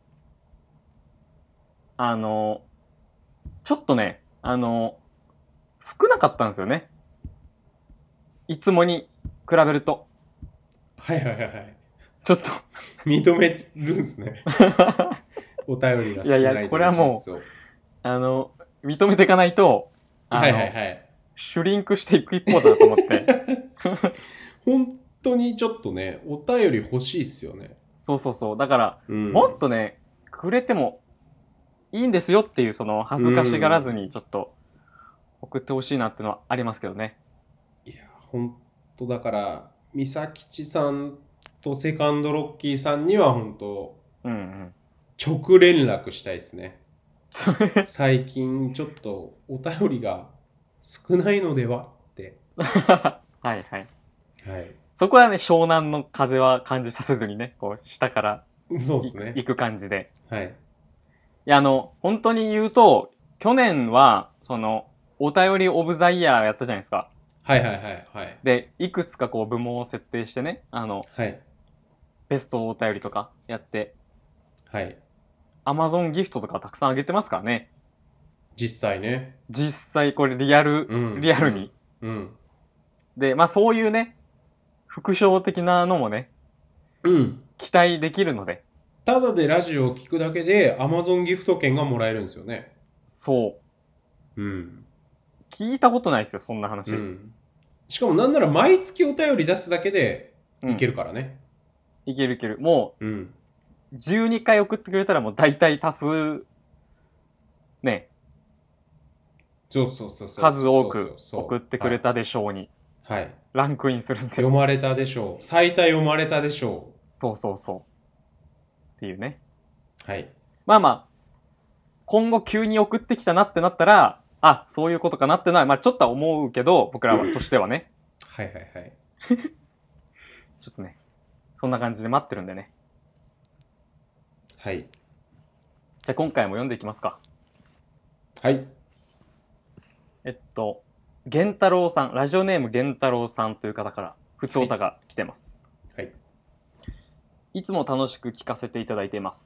あの、ちょっとね、あの、少なかったんですよね。いつもに比べると。 はいはいはいはい。 ちょっと認めるんすね。お便りが少いやいや、 ないというこれはもう、 事実を。 あの、認めていかないと、あはいの、 はいはい。 シュリンクしていく一方だなと思って。 本当にちょっとね、お便り欲しいっすよね。 そうそうそう。だから、 うん。 もっとね、くれてもいいんですよっていう、その、恥ずかしがらずに、ちょっと、送ってほしいなっていうのはありますけどね。 いや、本当だから、美咲ちさんとセカンドロッキーさんには本当、 うんうん。 直連絡したいですね。 それ最近ちょっとお便りが少ないのではって。 はいはい。 はい。 そこはね、湘南の風は感じさせずにね、こう、下からそうですね。 行く感じで。 はい。 いや、あの、本当に言うと、去年は、その、お便りオブザイヤーやったじゃないですか。 はいはいはいはい。 で、いくつかこう部門を設定してね、あの、 はい。 ベストお便りとかやって、 はい。 Amazon ギフトとかたくさんあげてますからね。 実際ね。 実際これリアル、 うん。 リアルに。 うん。うん。 で、まあそういうね、副賞的なのもね、 うん。 期待できるので、 ただでラジオを聞くだけで Amazon ギフト券がもらえるんですよね。 そう。 うん。 聞いたことないですよ、そんな話。 うん。しかもなんなら毎月お便り出すだけでうんいけるからね。 いけるいける。もうん。 う、じゅうにかい送ってくれたらもう大体多数、ね、 そうそうそうそう。 数多くそう送ってくれたでしょうに、 はい。はい。 ランクインするんで。 読まれたでしょう。最多読まれたでしょそうそうそう。っていうね。 う。はい。 まあまあ、今後急に送ってきたなってなったら、あ、そういうことかなってのは、まあちょっとは思うけど、僕らはとしてはね。 はいはいはい。 ちょっとね、そんな感じで待ってるんでね。 はい。 じゃあ今回も読んでいきますか。 はい。 えっと、源太郎さん、ラジオネーム源太郎さんという方から、ふつおたが来てます。 はい。 いつも楽しく聞かせていただいています。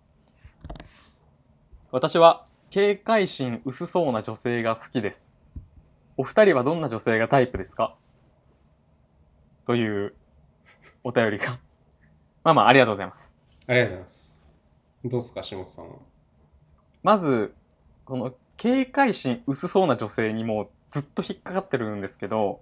私は警戒心薄そうな女性が好きです。お二人はどんな女性がタイプですか？というお便りが。まあまあ、ありがとうございます。 ありがとうございます。どうですか、下本さんは。 まず、この警戒心薄そうな女性にもうずっと引っかかってるんですけど、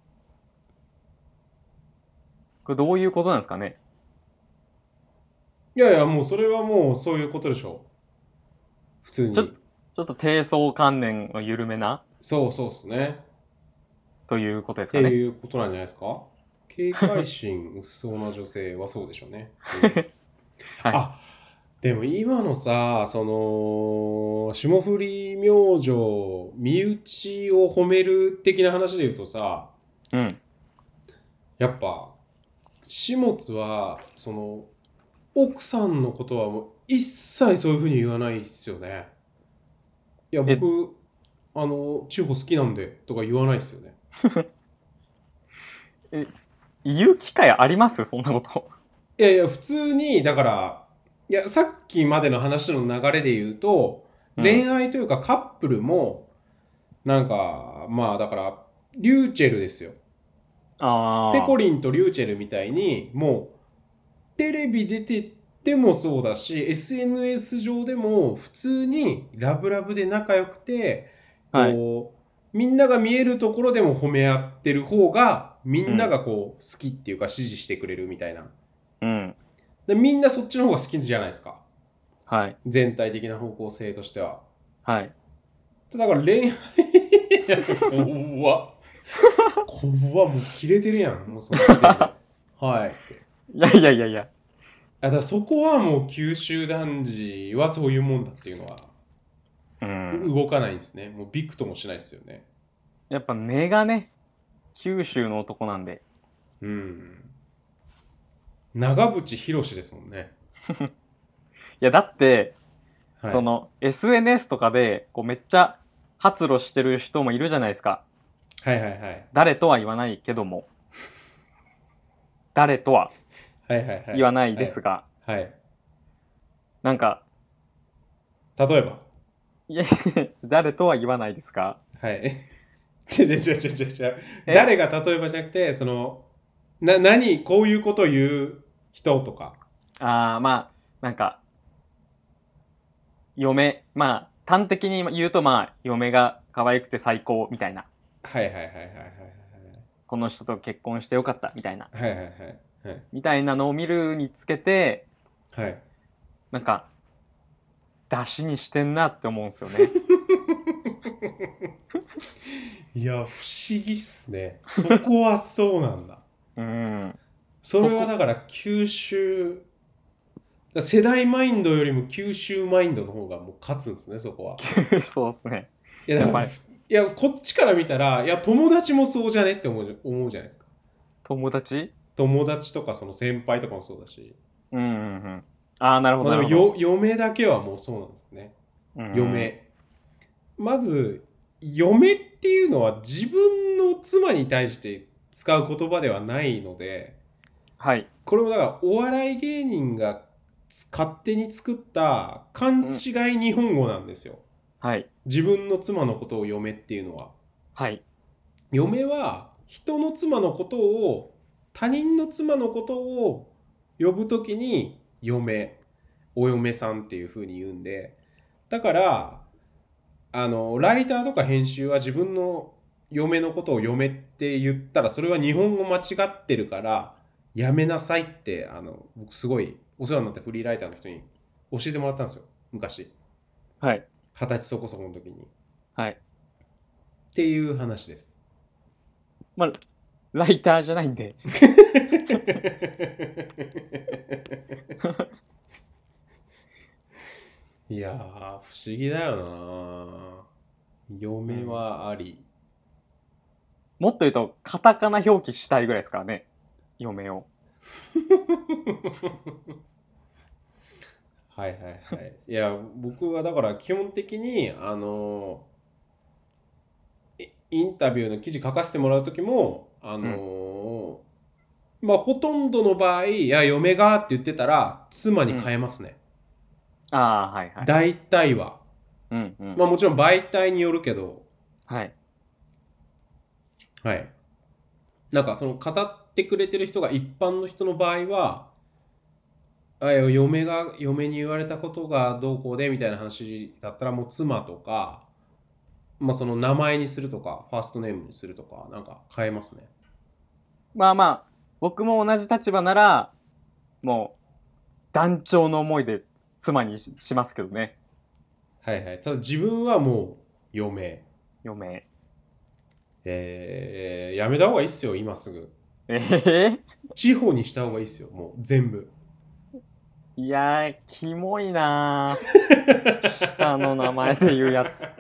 これどういうことなんですかね？ いやいや、もうそれはもうそういうことでしょう。普通に。 ちょちょっと低層観念が緩めなそうそうですね。 ということですってかね。 いうことなんじゃないですか。警戒心薄そうな女性はそうでしょうね。うんはい。 あ、でも今のさ、その、霜降り明星、身内を褒める的な話で言うとさ、 うん。 やっぱ、始末は、その、奥さんのことはもう一切そういうふうに言わないですよね。いや、 え、 僕、あの、千穂好きなんでとか言わないですよね。 え、言う機会ありますそんなこと。 いやいや、普通に、だから、いや、さっきまでの話の流れで言うと、 うん恋愛というかカップルも、なんか、まあだから、リューチェルですよ。ペコあリンとリューチェルみたいに、もう、テレビ出てってもそうだし、エスエヌエス 上でも普通にラブラブで仲良くて、 あ、はい。 こう、みんなが見えるところでも褒め合ってる方が、みんなうん。 がこう、好きっていうか支持してくれるみたいな。 うん。 でみんなそっちの方が好きじゃないですか。 はい。 全体的な方向性としては。 はい。 だから恋愛いや怖っ。怖っ。もう切れてるやん。もうその時点で。はい。 いやいやいやいや。 あだからそこはもう九州男児はそういうもんだっていうのはうん。 動かないんですね。もうびくともしないですよね。 やっぱ根がね、九州の男なんで。 うん。長渕剛ですもんね。 いや、だって、 はい。 その エスエヌエス とかで、こうめっちゃ発露してる人もいるじゃないですか。 はいはいはい。 誰とは言わないけども。誰とははいはいはい。 言わないはい。 ですが、 はい。 なんか、 例えば。 いや誰とは言わないですが、 はい。違う違う違う違う違う。 え誰が例えばじゃなくて、その、な、何、こういうこと言う人とか。 ああ、まあ、なんか、嫁、まあ、端的に言うと、まあ、嫁が可愛くて最高みたいな。 はいはいはいはいはいこの人と結婚してよかったみたいな。 はいはいはいはいはいみたいなのを見るにつけて、 はい。 なんか、出しにしてんなって思うんですよね。 いや、不思議っすね。そこはそうなんだ。 うん。 そそこ、 れはだから九州、世代マインドよりも九州マインドの方がもう勝つんですね、そこは。 そうですね。 いや、だから、いやっぱり、 や、こっちから見たら、いや、友達もそうじゃねって思うじゃ思うじゃないですか。 友達友達とかその先輩とかもそうだし。 うんうんうん。ああ、なるほど、 まあでもなるほど。 よ、嫁だけはもうそうなんですね。 うん。 嫁。まず、嫁っていうのは自分の妻に対して使う言葉ではないので、 はい。 これもだからお笑い芸人が勝手に作った勘うん。 違い日本語なんですよ。 はい。 自分の妻のことを嫁っていうのは。 はい。 嫁は人の妻のことを、他人の妻のことを呼ぶときに嫁、お嫁さんっていう風に言うんで、だからあのライターとか編集は自分の嫁のことを嫁って言ったらそれは日本語間違ってるからやめなさいって、あの僕すごいお世話になったフリーライターの人に教えてもらったんですよ、昔。 はい。 二十歳そこそこの時に。っはい。 ていう話です。 まあ、ライターじゃないんで。 いやー不思議だよな。嫁うん。 はあり。 もっと言うと、カタカナ表記したいぐらいですからね。嫁を。 はいはいはい。いや僕はだから基本的にあのインタビューの記事書かせてもらう時もあうん。 のまあほとんどの場合、いや嫁がって言ってたら妻にうん。 変えますね。 ああ、はいはい。 大体は。 うんうん。 まあもちろん媒体によるけど、 はい。 はい。なんかその語ってくれてる人が一般の人の場合は、あ嫁が嫁に言われたことがどうこうでみたいな話だったらもう妻とか、まあその名前にするとかファーストネームにするとかなんか変えますね。 まあまあ、僕も同じ立場なら、もう、断腸の思いで妻にししますけどね。 はいはい。ただ自分はもう嫁。 嫁。 えー、やめた方がいいっすよ今すぐ。 ええ地方にした方がいいっすよもう全部。 いやー、キモいなー。下の名前で言うやつ。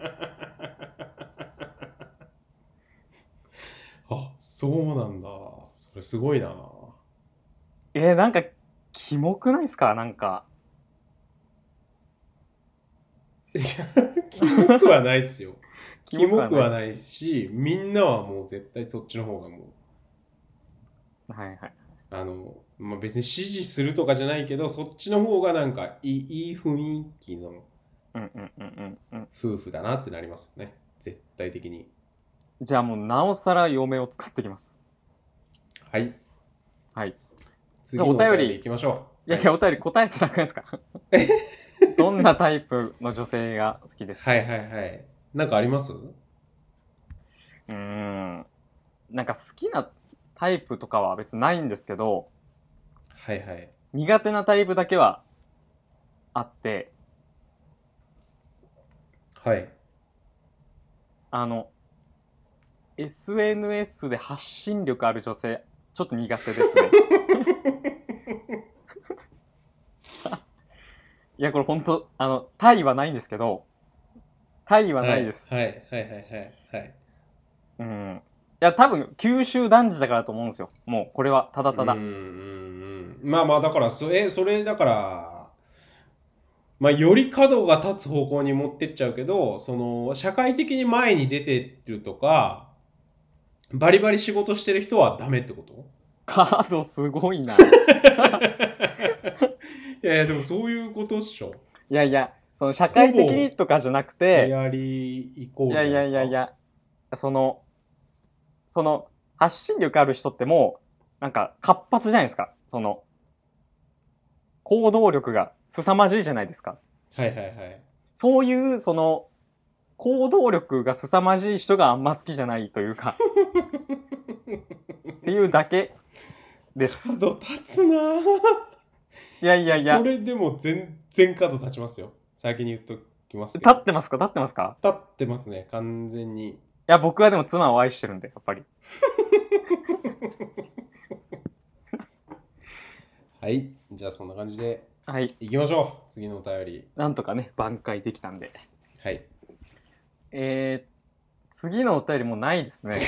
あ、そうなんだ。それすごいな。 えー、なんか、キモくないですかなんか。 いや、キモくはないっすよ。 キモくはないし、みんなはもう絶対そっちの方がもう、 はいはい。 あの、まあ、別に支持するとかじゃないけど、そっちの方がなんかいい、いい雰囲気のうんうんうんうんうん。 夫婦だなってなりますよね。絶対的に。 じゃあもうなおさら嫁を使ってきます。 はい。 はい。 次のお便りいきましょう。 いやいや、お便り答えてなくないですかどんなタイプの女性が好きですか？ はいはいはい。なんかあります？ うーん。なんか好きなタイプとかは別にないんですけど、 はいはい。 苦手なタイプだけはあって、 はい。 あの、エスエヌエス で発信力ある女性、ちょっと苦手ですね。いや、これ本当あの、タイはないんですけど、タイははないです。 はいはいはいはいはい。 うん。いや、多分、九州男児だからと思うんですよ。もう、これは、ただただ。 うんうんうん。まあまあ、だからそ、え、それだから、まあ、より角が立つ方向に持ってっちゃうけど、その、社会的に前に出てるとか、バリバリ仕事してる人はダメってこと？ カードすごいな。 いやいや、でもそういうことっしょ。 いやいや、その社ほ会的にぼとかじゃなくフて、 ェアリーイコールいやいやじゃないですか。 いやいや、その、その、発信力ある人ってもう、なんか活発じゃないですか。その、行動力が凄まじいじゃないですか。 はいはいはい。 そういう、その、行動力が凄まじい人があんま好きじゃないというか、っていうだけです。 角立つなぁ。 いやいやいや、 それでも全然角立ちますよ。先に言っときますけど。 立ってますか立ってますか？ 立ってますね、完全に。 いや、僕はでも妻を愛してるんで、やっぱり。 はい、じゃあそんな感じではい。 いきましょう。次のお便り。 なんとかね、挽回できたんで。 はい。 えー、次のお便りもうないですね。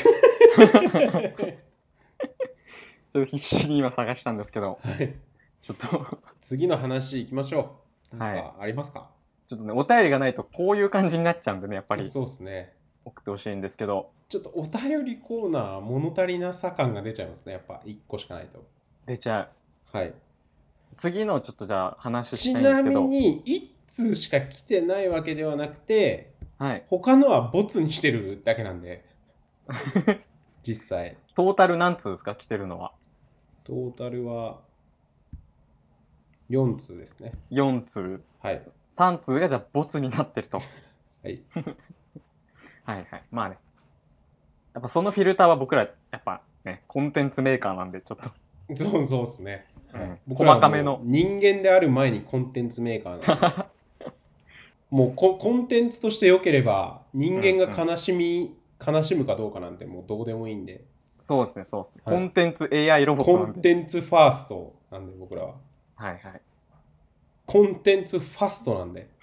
ちょっと必死に今探したんですけど、 はい。 ちょっと次の話いきましょう。なんはいかありますか？ ちょっとね、お便りがないとこういう感じになっちゃうんでね、やっぱりそうですね。 送ってほしいんですけど、 ちょっとお便りコーナー物足りなさ感が出ちゃいますね。やっぱいっこしかないと。 出ちゃう。 はい。 次のちょっとじゃあ話しちたいんですなみけど、 にいっ通しか来てないわけではなくて、 はい。 他のはボツにしてるだけなんで、実際。 トータル何通ですか来てるのは。 トータルはよん通ですね。 よん通。 はい。 さん通がじゃあボツになってると。 はい。 はいはい。まあね。やっぱそのフィルターは僕ら、やっぱね、コンテンツメーカーなんで、ちょっと。 そうそうですね。はいうん僕らはもう細かめの人間である前にコンテンツメーカーなんで、もうココンテンツとして良ければ人間が悲しみ、悲しむかどうかなんてもうどうでもいいんで、 そうですね、そうですね。 はいコンテンツ エーアイ ロボットコンなんで。 テンツファーストなんで僕らは。 はいはい。 コンテンツファストなんで。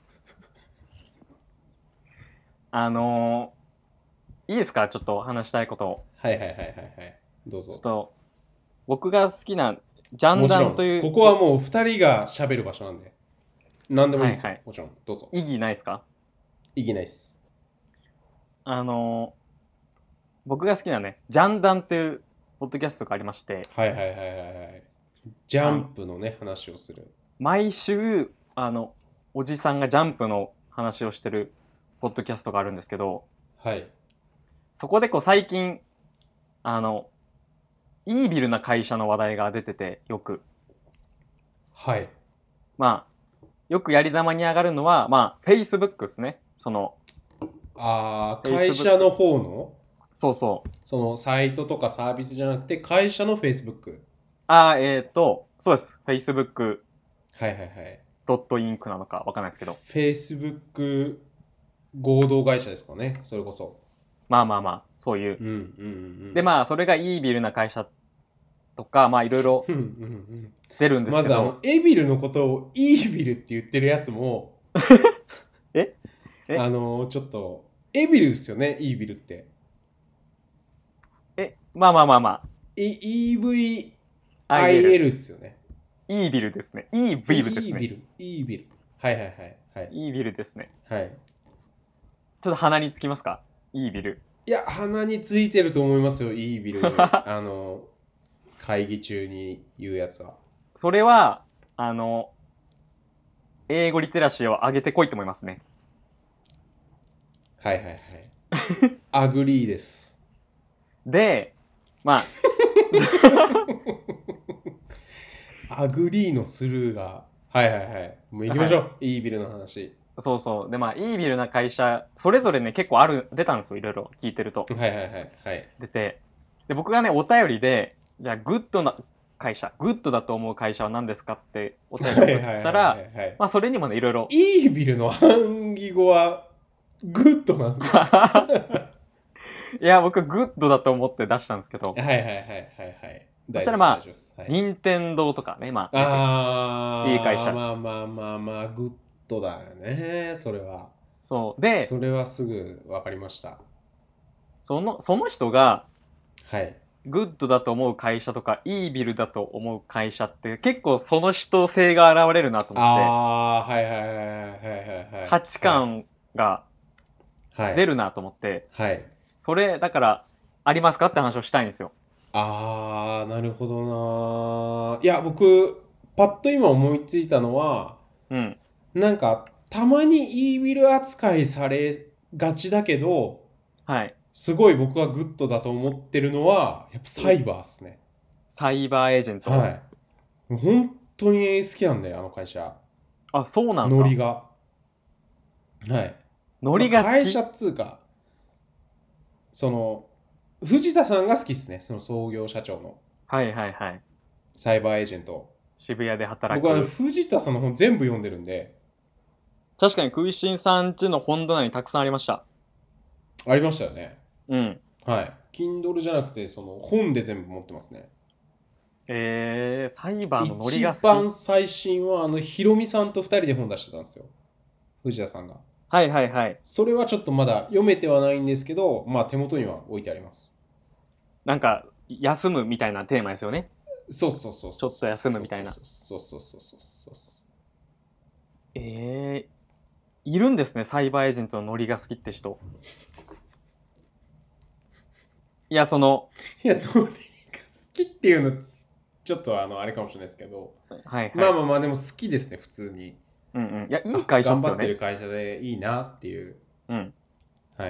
あのー、いいですかちょっと話したいことを。 はいはいはいはいはい。どうぞ。 ちょっと、僕が好きな、ジャンもちろん、 ダンという、 ここはもうふたりが喋る場所なんで、何でもいいですよ。 はいはいもちろん、どうぞ。 意義ないですか？ 意義ないっす。 あのー、僕が好きなね、ジャンダンというポッドキャストがありまして、 はいはいはいはいはい。ジャンプのね、話をする。 毎週、あの、おじさんがジャンプの話をしてるポッドキャストがあるんですけど、 はい。 そこでこう最近、あの、イービルな会社の話題が出てて、よく。 はい。 まあ、よくやり玉に上がるのは、まあ、Facebook ですね。その、 ああ、 Facebook 会社の方の、 そうそう。 そのサイトとかサービスじゃなくて、会社の Facebook。 あー、えっ、ー、と、そうです。Facebook はいはいはい。 ドットインクなのかわかんないですけど。 Facebook 合同会社ですかね、それこそ。 まあまあまあ、そういう。 うんうんうんうん。 で、まあ、それがイービルな会社とか、まあ、いろいろうんうんうん出るんですけど。 まずあの、エビルのことをイービルって言ってるやつも、 ええあの、ちょっと、エビルですよね、イービルって。 え、まあまあまあまあ。 イーブイアアイエルイエル。 ですよね。 イービルですね。イービルですね。 イービル。イービル。はいはいはい。はい。 イービルですね。 はい。 ちょっと鼻につきますか？いいビル。 いや、鼻についてると思いますよ、いいビル。あの、会議中に言うやつは。 それは、あの、英語リテラシーを上げてこいと思いますね。 はいはいはい。アグリーです。 で、まあ、アグリーのスルーが、はいはいはい。もう行きましょう。はい、いいビルの話。 そうそう。で、まあ、いいビルな会社、それぞれね、結構ある、出たんですよ、いろいろ聞いてると。 はいはいはいはい。 出て。で、僕がね、お便りで、じゃあ、グッドな会社、グッドだと思う会社は何ですかってお便りを送ったら、まあ、それにもね、いろいろ。 いいビルの反義語は、グッドなんですか？ いや、僕、グッドだと思って出したんですけど。 はいはいはいはいはい。 そしたらまあ、任天堂とかね、まあ、あいい会社。 まあまあまあまあ、グッドだよね、それは。 そう。で、 それはすぐ分かりました。 その、その人が、 はい。 グッドだと思う会社とか、イービルだと思う会社って、結構その人性が現れるなと思って。 ああ、はいはいはいはいはいはい。 価値観が出るなと思って。 はい。はい、 それ、だから、ありますかって話をしたいんですよ。 ああ、なるほどな。いや、僕、パッと今思いついたのは、 うん。 なんか、たまにイービル扱いされがちだけど、 はい。 すごい僕はグッドだと思ってるのは、やっぱサイバーっすね。 サイバーエージェント。 はい。本当に好きなんだよ、あの会社。 あ、そうなんですか？ ノリが。はい。 ノリが好き。 まあ、会社っつうか、その、藤田さんが好きっすね、その創業社長の。 はいはいはい。 サイバーエージェント。 渋谷で働く。 僕は、ね、藤田さんの本全部読んでるんで。 確かに食いしんさんちの本棚にたくさんありました。 ありましたよね。 うん。 はい。Kindle じゃなくて、その本で全部持ってますね。 えー、サイバーのノリが好き。 一番最新は、あの、ヒロミさんとふたりで本出してたんですよ。藤田さんが。 はいはいはい。 それはちょっとまだ読めてはないんですけど、まあ手元には置いてあります。 なんか、休むみたいなテーマですよね。 そうそうそうそう。 ちょっと休むみたいな。 そうそうそうそうそうそうそう。 えー、いるんですね、サイバーエージェントのノリが好きって人。いや、その、 いや、ノリが好きっていうの、ちょっとあの、あれかもしれないですけど、 はいはい。 まあまあまあ、でも好きですね、普通に。 うんうん。いや、いい会社っすよね。 頑張ってる会社でいいなっていう。 うん。 はい。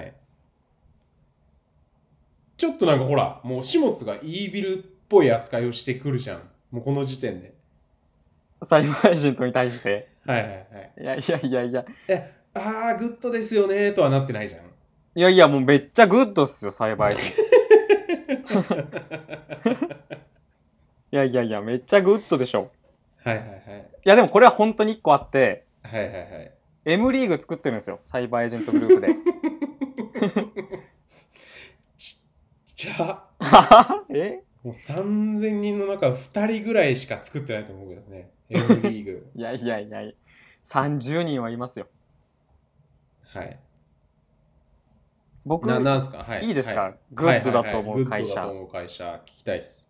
ちょっとなんかほら、もう始末がイービルっぽい扱いをしてくるじゃん。もうこの時点で。 サイバーエージェントに対して。 はいはいはい。 いやいやいやいや。 え、ああ、グッドですよねとはなってないじゃん。 いやいや、もうめっちゃグッドっすよ、サイバーエージェント。いやいやいや、めっちゃグッドでしょ。 はいはいはい。 いやでもこれは本当にいっこあって、 はいはいはい。 M リーグ作ってるんですよ、サイバーエージェントグループで。 ちっちゃ。 えもうさんぜんにんの中ふたりぐらいしか作ってないと思うけどね。M リーグ。 いやいやいや、さんじゅうにんはいますよ。 はい。 僕、 ななんすか、はい。 いいですか、 はい、 グッドだと思う会社。 グッドだと思う会社、聞きたいっす。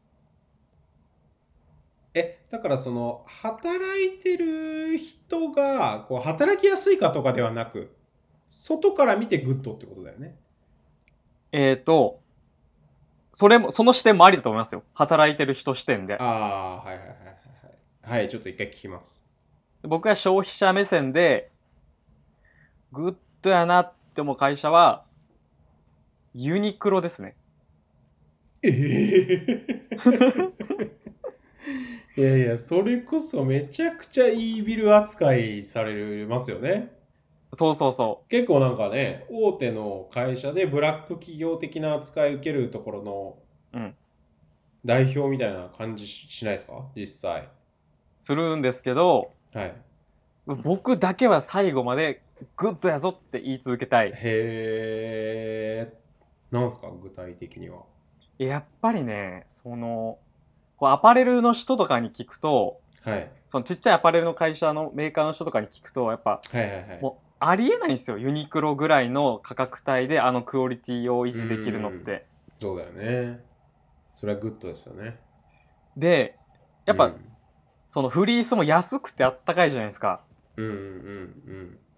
え、だからその、働いてる人が、こう、働きやすいかとかではなく、外から見てグッドってことだよね。 えーと、それも、その視点もありだと思いますよ。働いてる人視点で。 ああ、はいはいはいはい。はい、ちょっと一回聞きます。 僕は消費者目線で、グッドやなって思う会社は、ユニクロですね。 ええー、いやいや、それこそめちゃくちゃいいビル扱いされますよね。 そうそうそう。 結構なんかね、大手の会社でブラック企業的な扱い受けるところの代表みたいな感じしないですか、実際。 するんですけど、 はい。 僕だけは最後までグッドやぞって言い続けたい。 へえ。なんすか、具体的には。 やっぱりね、その、こうアパレルの人とかに聞くと、 はい。 そのちっちゃいアパレルの会社のメーカーの人とかに聞くと、やっぱ、 はいはいはい。 もうありえないんですよ。ユニクロぐらいの価格帯であのクオリティを維持できるのって。 そうだよね。それはグッドですよね。 で、やっぱ、 うん、 そのフリースも安くてあったかいじゃないですか。 うんうんうん。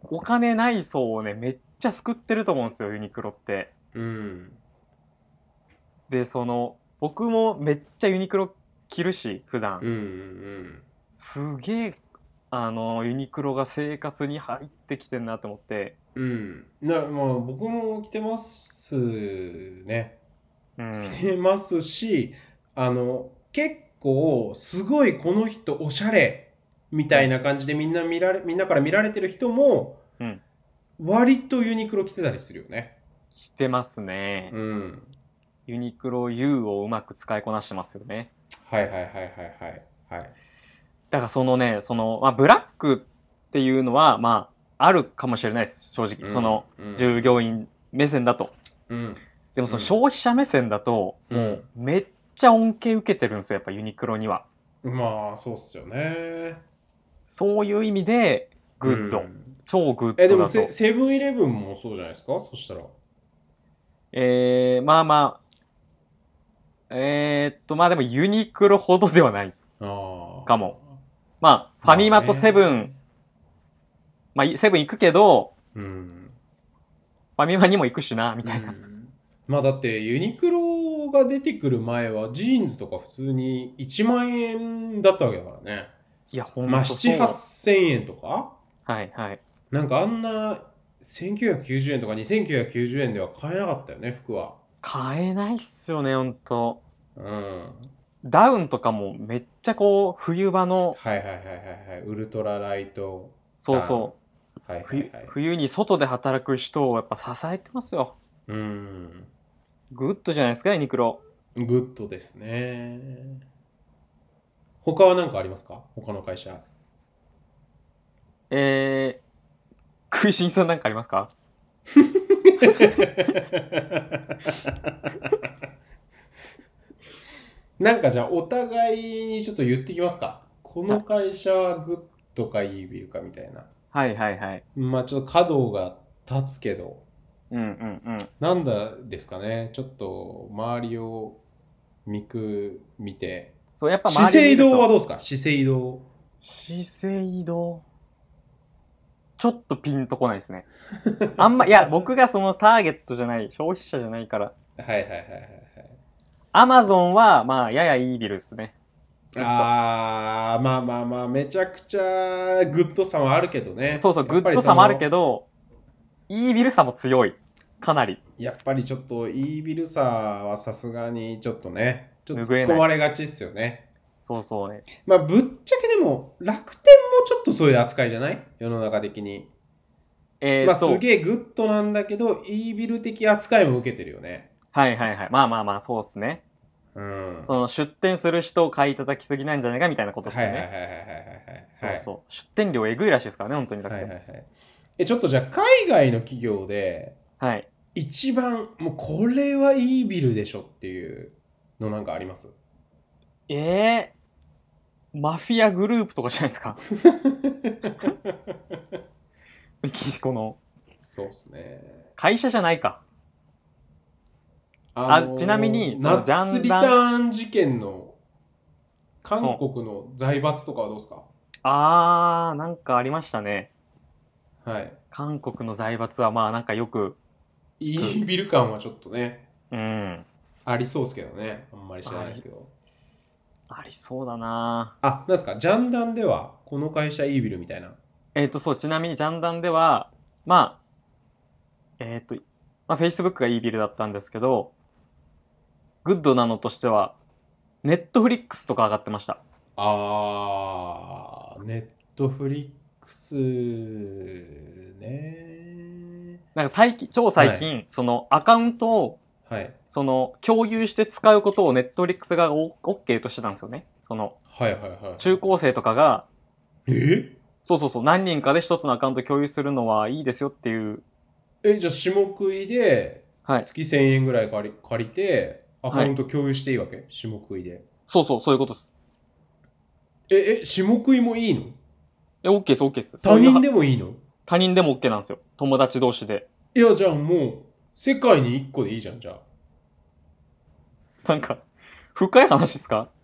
お金ない層をねめっちゃ救ってると思うんですよユニクロって。 うんでその僕もめっちゃユニクロ着るし普段、 うんうんすげえあのユニクロが生活に入ってきてんなと思って。 うんなまあ僕も着てますね。 うん着てますし、あの結構すごいこの人おしゃれみたいな感じでみんな見られみんなから見られてる人もうん割とユニクロ着てたりするよね。 着てますね。 うんユニクロ ユー をうまく使いこなしてますよね。 はいはいはいはいはいはいだからそのねその、まあ、ブラックっていうのはまああるかもしれないです正直、 うんそのうん従業員目線だと。 うんでもその消費者目線だと、 うんもうめっちゃ恩恵受けてるんですよやっぱユニクロには。 まあそうっすよね。 そういう意味でグッド、 うん超グッえでもドだと。 セセブンイレブンもそうじゃないですかそしたら。 えー、まあまあえー、っとまあでもユニクロほどではないああかも。まあファミマとセブン、まあセブン行くけどうんファミマにも行くしなみたいな、 うん、まあだってユニクロが出てくる前はジーンズとか普通にいちまん円だったわけだからね。 いやほんまあとそう。 なな、はっせんえんとかはいはい。 なんかあんなせんきゅうひゃくきゅうじゅうえんとかにせんきゅうひゃくきゅうじゅうえんでは買えなかったよね服は。 買えないっすよねほんと。 うんダウンとかもめっちゃこう冬場の、 はいはいはいはいはいウルトラライトそうそう、 はいはい冬はい冬に外で働く人をやっぱ支えてますよ。 うんグッドじゃないですかユニクロ。 グッドですね。他は何かありますか他の会社。 えー、食いしんさんなんかありますか？ なんかじゃあお互いにちょっと言ってきますか。このは会社はグッドかイービルかみたいな。 はいはいはい。 まあちょっと角が立つけど、 うんうんうん。 なんだですかね。ちょっと周りを見く見て。 そうやっぱ資生周り見ると堂はどうですか資生堂。 資生堂ちょっとピンとこないですね。あんまいや僕がそのターゲットじゃない消費者じゃないから。 はいはいはいはいはい。 アマゾンはまあややイービルですね。 あーまあまあまあめちゃくちゃグッドさはあるけどね。 そうそうグッドさもあるけどイービルさも強いかなり。 やっぱりちょっとイービルさはさすがにちょっとねちょっと突っ拭えない込まれがちっすよね。 そうそうね。 まあぶっちゃけでも楽天もちょっとそういう扱いじゃない世の中的に。まあえー、っと、 すげえグッドなんだけどイービル的扱いも受けてるよね。 はいはいはい。まあまあまあ、そうっすね。 うん。 その出店する人を買い叩きすぎなんじゃないかみたいなことですはいよね。 はいはいはいはいはい。 そうそう。出店料えぐいらしいですからね、本当に楽天。 はいはいはい。え、ちょっとじゃあ海外の企業ではい。 一番もうこれはイービルでしょっていうのなんかあります？ ええー、マフィアグループとかじゃないですか。メキシコの。 そうっすね。 会社じゃないか。 あのーあちなみにそナのジャンダンッツリターン事件の韓国の財閥とかはどうですか？ あー、なんかありましたね。 はい。 韓国の財閥はまあなんかよく、 イービル感はちょっとね、 うん、 ありそうですけどね。あんまり知らないですけど。 ありそうだな。 あ、なんですかジャンダンではこの会社イービルみたいな。 えっ、ー、と、そう、ちなみにジャンダンでは、まあ、えっ、ー、と、まあ、Facebook がいいビルだったんですけど、グッドなのとしては、ネットフリックスとか上がってました。 あー、ネットフリックスね。 なんか最近、超最近、 はそのアカウントを、 はい。 その共有して使うことをネットフリックスが OK としてたんですよね。そのはいはいはい。 中高生とかが、 えそうそうそう、何人かで一つのアカウント共有するのはいいですよっていう。 え、じゃあ、下食いではい。 月せんえんぐらい借り借りて、アカウンはい。 ト共有していいわけ下食いで。 そうそう、そういうことです。 え、え、下食いもいいのえ、OK です、OK です。 他人ででもいいの他人でも OK なんですよ。友達同士で。 いや、じゃあもう、世界にいっこでいいじゃん、じゃあ。 なんか、深い話ですか？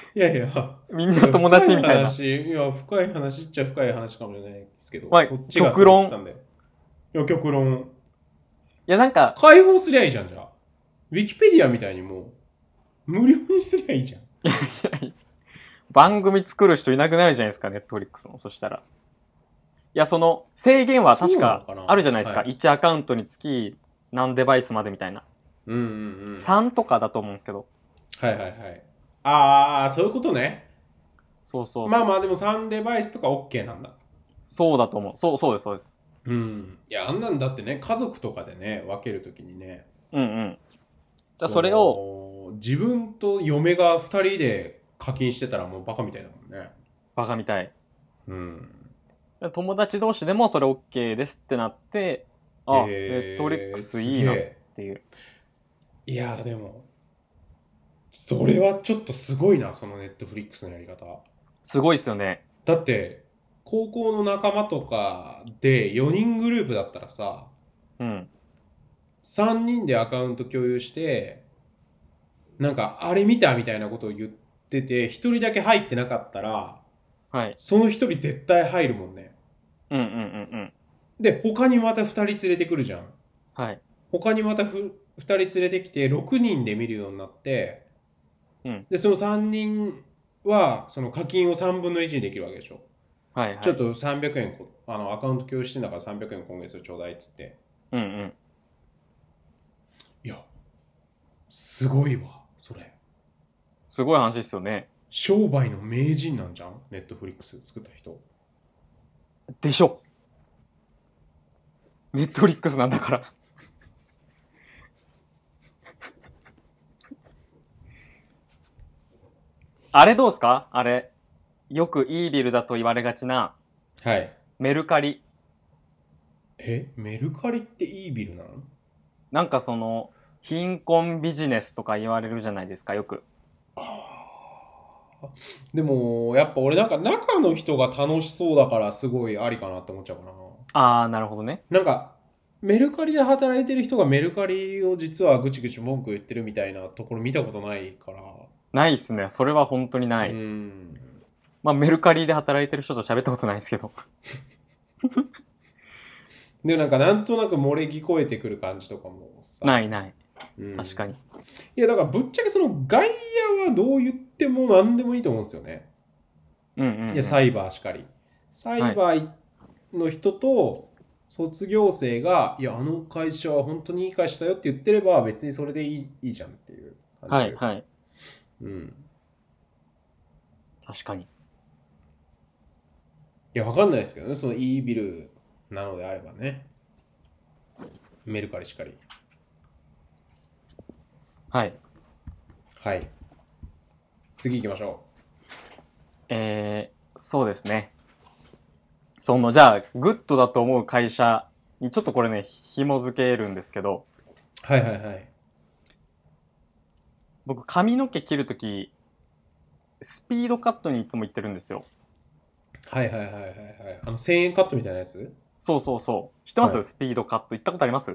いやいや、 みんな友達みたいな。 深い話、いや、深い話っちゃ深い話かもしれないですけど、 まあそっちが極論そう言ってたんで。いや、極論。 いやなんか解放すりゃいいじゃん、じゃあ。ウィキペディアみたいにもう、無料にすりゃいいじゃん。 番組作る人いなくなるじゃないですか、ネットフリックスの。そしたら。いや、その制限は確かあるじゃないですか。 はい、 いちアカウントにつき何デバイスまでみたいな。 うんうんうん。 さんとかだと思うんですけど。 はいはいはい。ああ、そういうことね。 そうそうそう。 まあまあでもさんデバイスとか OK なんだ。 そうだと思う。そうそうです、そうです。 うん。いや、あんなんだってね、家族とかでね、分けるときにね。 うんうん。だそそれを自分と嫁がふたりで課金してたらもうバカみたいだもんね。 バカみたい。 うん。 友達同士でもそれ OK ですってなって、あ、ネットフリッえー、 クスすいいなっげえ。 ていう。 いやでも、それはちょっとすごいな、そのネットフリックスのやり方。 すごいっすよね。 だって、高校の仲間とかでよにんグループだったらさ、 うん。 さんにんでアカウント共有して、なんか、あれ見たみたいなことを言ってて、ひとりだけ入ってなかったら、 はい。 そのひとり絶対入るもんね。 うんうんうんうん。 で、他にまたふたり連れてくるじゃん。 はい。 他にまたふふたり連れてきて、ろくにんで見るようになって、 うん。 で、そのさんにんは、その課金をさんぶんのいちにできるわけでしょ。 はいはい。 ちょっとさんびゃくえんこ、あの、アカウント共有してんだからさんびゃくえん今月ちょうだいっつって。 うんうん。 いや、すごいわ、それ。 すごい話ですよね。 商売の名人なんじゃん、ネットフリックス作った人。 でしょ。ネットフリックスなんだから。あれどうすか？あれ。よくイービルだと言われがちなはい。 メルカリ。 え、メルカリっていいビルなの？ なんかその、貧困ビジネスとか言われるじゃないですか、よく。 あーでも、やっぱ俺なんか中の人が楽しそうだからすごいありかなって思っちゃうかな。 ああ、なるほどね。 なんか、メルカリで働いてる人がメルカリを実はぐちぐち文句言ってるみたいなところ見たことないから。 ないっすね。それは本当になうい。 ん。 まあ、メルカリで働いてる人と喋ったことないですけど。 で、なんかなんとなく漏れ聞こえてくる感じとかもさ。 ないない。 うん確かに。 いや、だからぶっちゃけその外野はどう言っても何でもいいと思うんですよね。 うんうん、うん。 いや、サイバーしかり。サイバーの人と卒業生が、いや、あの会社は本当にいい会社だよって言ってれば、別にそれでいいいいじゃんっていう感じはい、 というか。 はい。 うん。 確かに。 いや、わかんないですけどね、そのいいビルなのであればね。メルカリしかり。 はい。 はい。次行きましょえー、そうですね。その、じゃあ、グッドだと思う会社にちょっとこれね、紐付けるんですけど、 う。はいはいはい。 僕、髪の毛切るとき、スピードカットにいつも行ってるんですよ。 はいはいはいはいはい。あの、せんえんカットみたいなやつ？ そうそうそう。知ってます、 はいスピードカット。行ったことあります？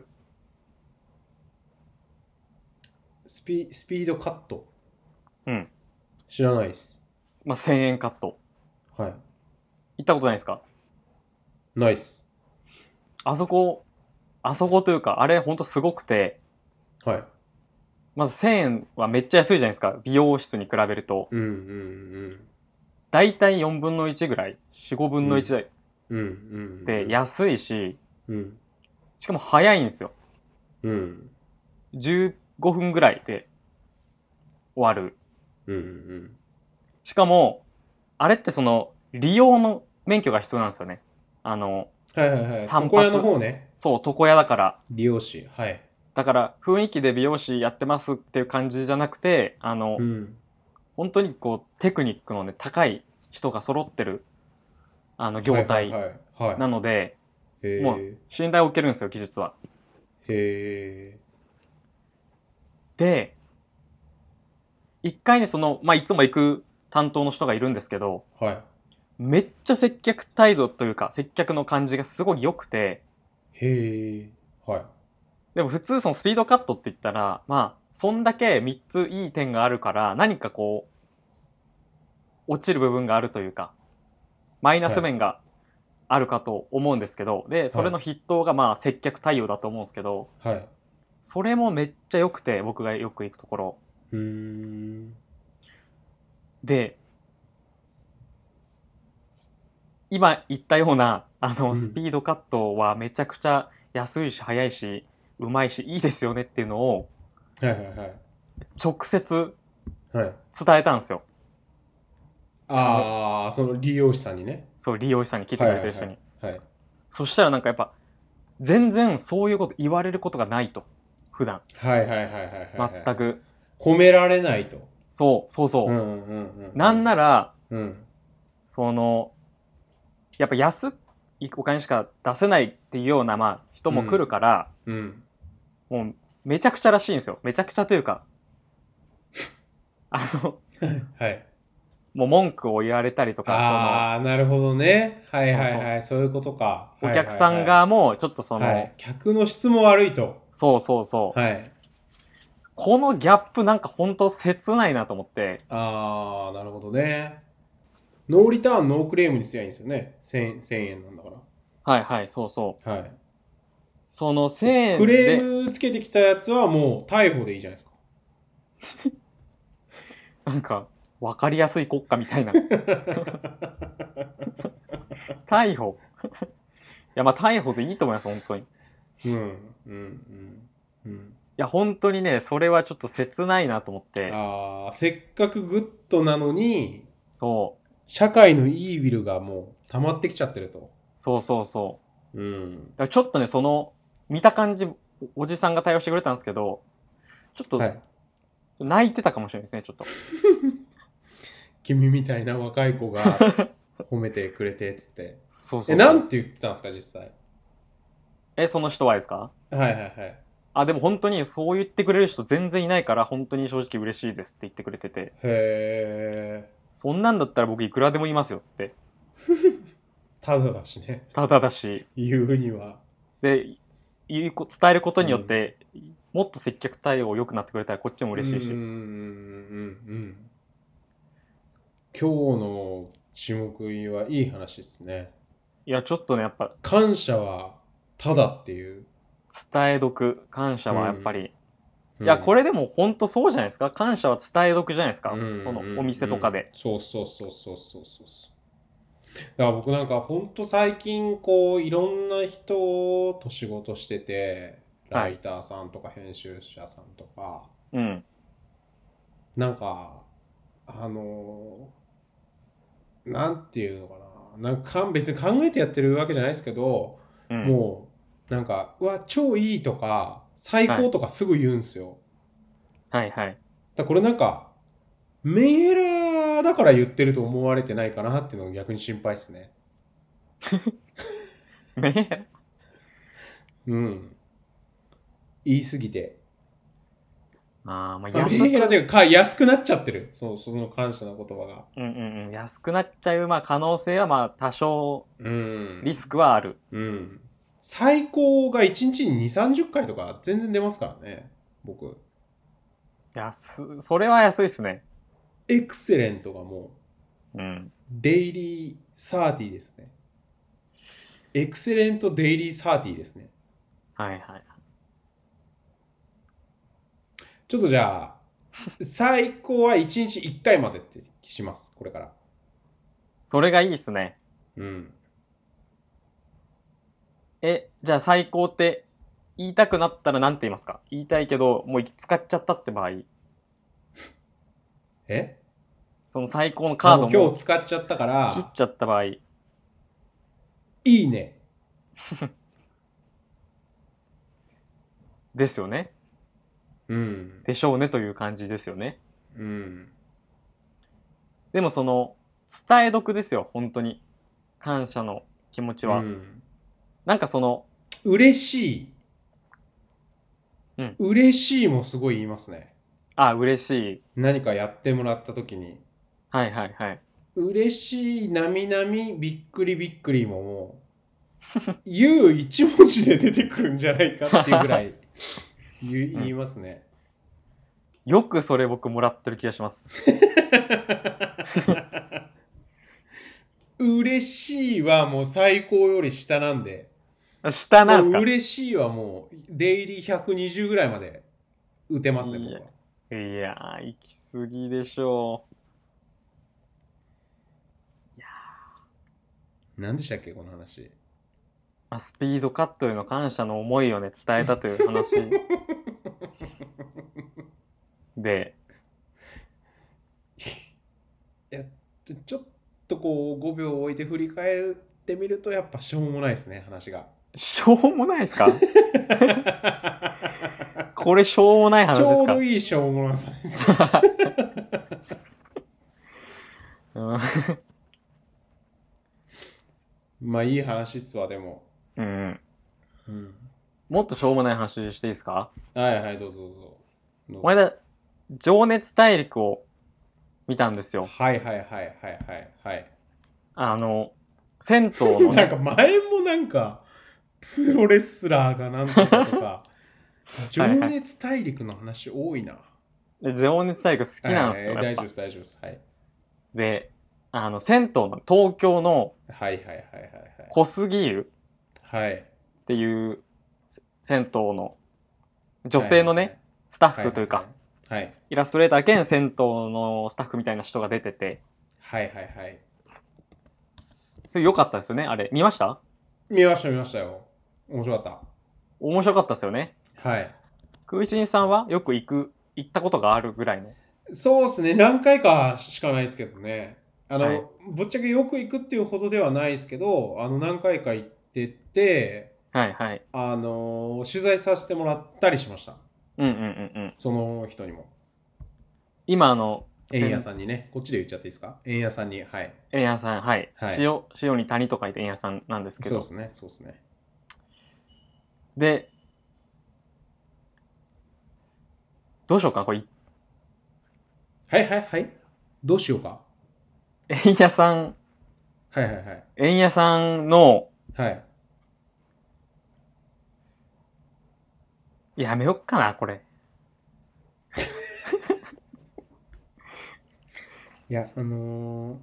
スピ、スピードカット。 うん。 知らないです。 まあ、せんえんカット。 はい。 行ったことないですか？ ナイス。 あそこ、あそこというか、あれほんとすごくて、 はい。 まずせんえんはめっちゃ安いじゃないですか。美容室に比べると。 うんうんだいたいよんぶんのいちぐらい。よん、ごぶんのいちうん。うんうんで安いし、 うんしかも早いんですよ。 うんじゅうごふんぐらいで終わる。 うんうんしかも、あれってその、利用の免許が必要なんですよね。あの、 はいはいはい。 散床屋の髪。 方ね。 そう、床屋だから。 利用師。はい。 だから雰囲気で美容師やってますっていう感じじゃなくて、あの、 うん。 本当にこうテクニックのね高い人が揃ってるあの業はいはい態はい。はい。 なので、もうへ信頼を受けるんですよ、技術は。 え。へで、一回ね、その、まあ、いつも行く担当の人がいるんですけど、 え。はい。 めっちゃ接客態度というか、接客の感じがすごい良くて、 へえ。はい。 でも普通そのスピードカットって言ったら、まあ、そんだけみっついい点があるから、何かこう、 落ちる部分があるというかマイナス面があるかと思うんですけど、でそれの筆頭がまあ接客対応だと思うんですけど、 はい。 それもめっちゃ良くて、僕がよく行くところうーん。 で、今言ったようなあの、 うん、 スピードカットはめちゃくちゃ安いし速いしうまいしいいですよねっていうのをはいはいはい。 直接はい。 伝えたんですよ。あのああ、その利用者さんにね。 そう利用者さんに、来てはいはいはい。 くれてる人に。 はい。 そしたらなんかやっぱ全然そういうこと言われることがないと、普段はいはいはいはいはいはい。 全く。 褒められないと。 そうそうそう、 うんうんうんうん。 なんならうん。 そのやっぱ安いお金しか出せないっていうようなまあ人も来るから、 うん。 もうめちゃくちゃらしいんですよ。めちゃくちゃというかあのはい。 もう文句を言われたりとか、そのああ、なるほどね。はいそうそうはいはい。そういうことか。 おはい客さんはいはい。 側もちょっとそはい。 の客の質も悪いと。 そうそうそう、 はい。 このギャップなんか本当切ないなと思って。 ああ、なるほどね。ノーリターン、ノークレームにすりゃいいんですよね。せん、せんえんなんだかはいはいそうそう、 ら。はい。 そのせんえクレんでームつけてきたやつはもう逮捕でいいじゃないですか。 なんか分かりやすい国家みたいな逮捕いやまあ逮捕でいいと思います本当に。いうんうんうんうん。 や本当にねそれはちょっと切ないなと思って。 ああ、せっかくグッドなのに、 そう社会のイービルがもう溜まってきちゃってると。 そうそうそう、 うん。 だからちょっとねその見た感じおおじさんが対応してくれたんですけど、ちょっとはい。 泣いてたかもしれないですねちょっと君みたいな若い子がつ褒めてくれてっつって。え、 そうそうそう。 なんて言ってたんですか、実際。 えその人はですか？ はいはいはい。 あでも本当にそう言ってくれる人全然いないから本当に正直嬉しいですって言ってくれてて、 へえ。 そんなんだったら僕いくらでも言いますよっつって。 ただだしね。 ただだし、 言うには。 で言うこ伝えることうん。 によってもっと接客対応良くなってくれたらこっちもうんうんうん嬉しいし。 うん。今日の下食いはいい話ですね。 いやちょっとねやっぱ感謝はただっていう。 伝え読感謝はやっぱうん。 り、いやこうん。 れでも本当そうじゃないですか。感謝は伝え読じゃないですか、 うんうんそのお店うん。 とかで。 そうそうそうそうそうそう。だから僕なんかほんと最近こういろんな人と仕事してて、 はい、 ライターさんとか編集者さんとか、 うん、 なんか、あのなんていうのかな、なんか別に考えてやってるわけじゃないですけど、 うん、 もうなんか、うわ、超いいとか、最はい高とかすぐ言うんですよ。 はいはい。 だからこれなんか、メンヘラだから言ってると思われてないかなっていうのが逆に心配ですね。 ね。 うん。言い過ぎて。 あーまああ、メンヘラ安く、 でか安くなっちゃってる。そう、その感謝の言葉が。 うんうんうん、安くなっちゃうまあ可能性はまあ多少うん。 リスクはある。 うん。最高がいちにちにに、さんじゅっかいとか全然出ますからね。僕。 安それは安いですね。 エクセレントがもうん。 う、デイリーサーティですね。エクセレントデイリーサーティですね。 はいはい。 ちょっとじゃあ、最高はいちにちいっかいまでってします。これから。 それがいいですね。 うん。 え、じゃあ最高って言いたくなったら何て言いますか？言いたいけどもう使っちゃったって場合、 えその最高のあ、もう今日カードも使っちゃったから、 切っちゃった場合いいね。 ですよね。 うん。 でしょうねという感じですよね。 うん。 でもその伝え読ですよ本当に。感謝の気持ちうは。 ん。 なんかその、 嬉しい。 うん。 嬉しいもすごい言いますね。 あ、嬉しい。 何かやってもらった時に。 はいはいはい。 嬉しい、なみなみ、びっくりびっくりももう、言う一文字で出てくるんじゃないかっていうぐらい言いうん。 言いますね。 よくそれ僕もらってる気がします。 嬉しいはもう最高より下なんで、 下なんすか？ もう嬉しいはもうデイリーひゃくにじゅうぐらいまで打てますね、僕は。 いやー、行き過ぎでしょう。いや何でしたっけこの話。 ー、スピードカットへの感謝の思いをね伝えたという話で、 いやちょっとこうごびょう置いて振り返ってみるとやっぱしょうもないですね、話が。 しょうもないですか？これしょうもない話ちですか？ ょうどいいしょうもなさです。 うんまあいい話っすわ、でも。 うん、 うん、 もっとしょうもない話していいですか？ はいはい、どうぞどうぞ。どうぞこの間情熱大陸を見たんですよ。 はいはいはいはいはいはい。 あの銭湯のなんねか前もなんかプロレスラーがなんとかとか情熱大陸の話多いな。 で情熱大陸好きなんですよ、やっぱはいはい大丈夫です大丈夫です。はいで、あの銭湯の東京のはいはいはいはい小杉湯はい。はいっていう銭湯の女性のね、スタッフというか、 はいはいイラストレーター兼銭湯のスタッフみたいな人が出てて、 はいはいはい。 それ良かったですよね。あれ見ました？ 見ました見ましたよ。面白かっ面白かったですよね。 た。はい。 空心さんはよく行く行ったことがあるぐらいの。 そうですね、何回かしかないですけどね。あの、 はいぶっちゃけよく行くっていうほどではないですけど、あの何回か行ってて、 はいはい。 あの取材させてもらったりしました。 うんうんうんうん。 その人にも。 今あの円屋さんにね、こっちで言っちゃっていいですか？円屋さんに、はい。 円屋さん、はい、 はい塩塩に谷と書いて円屋さんなんですけど、 そうですね、そうですね。 でどうしようかなこれ。 はいはいはい。どうしようか。 円屋さんはいはいはい。 円屋さんのはい。 やめよっかなこれ。 いや、あのー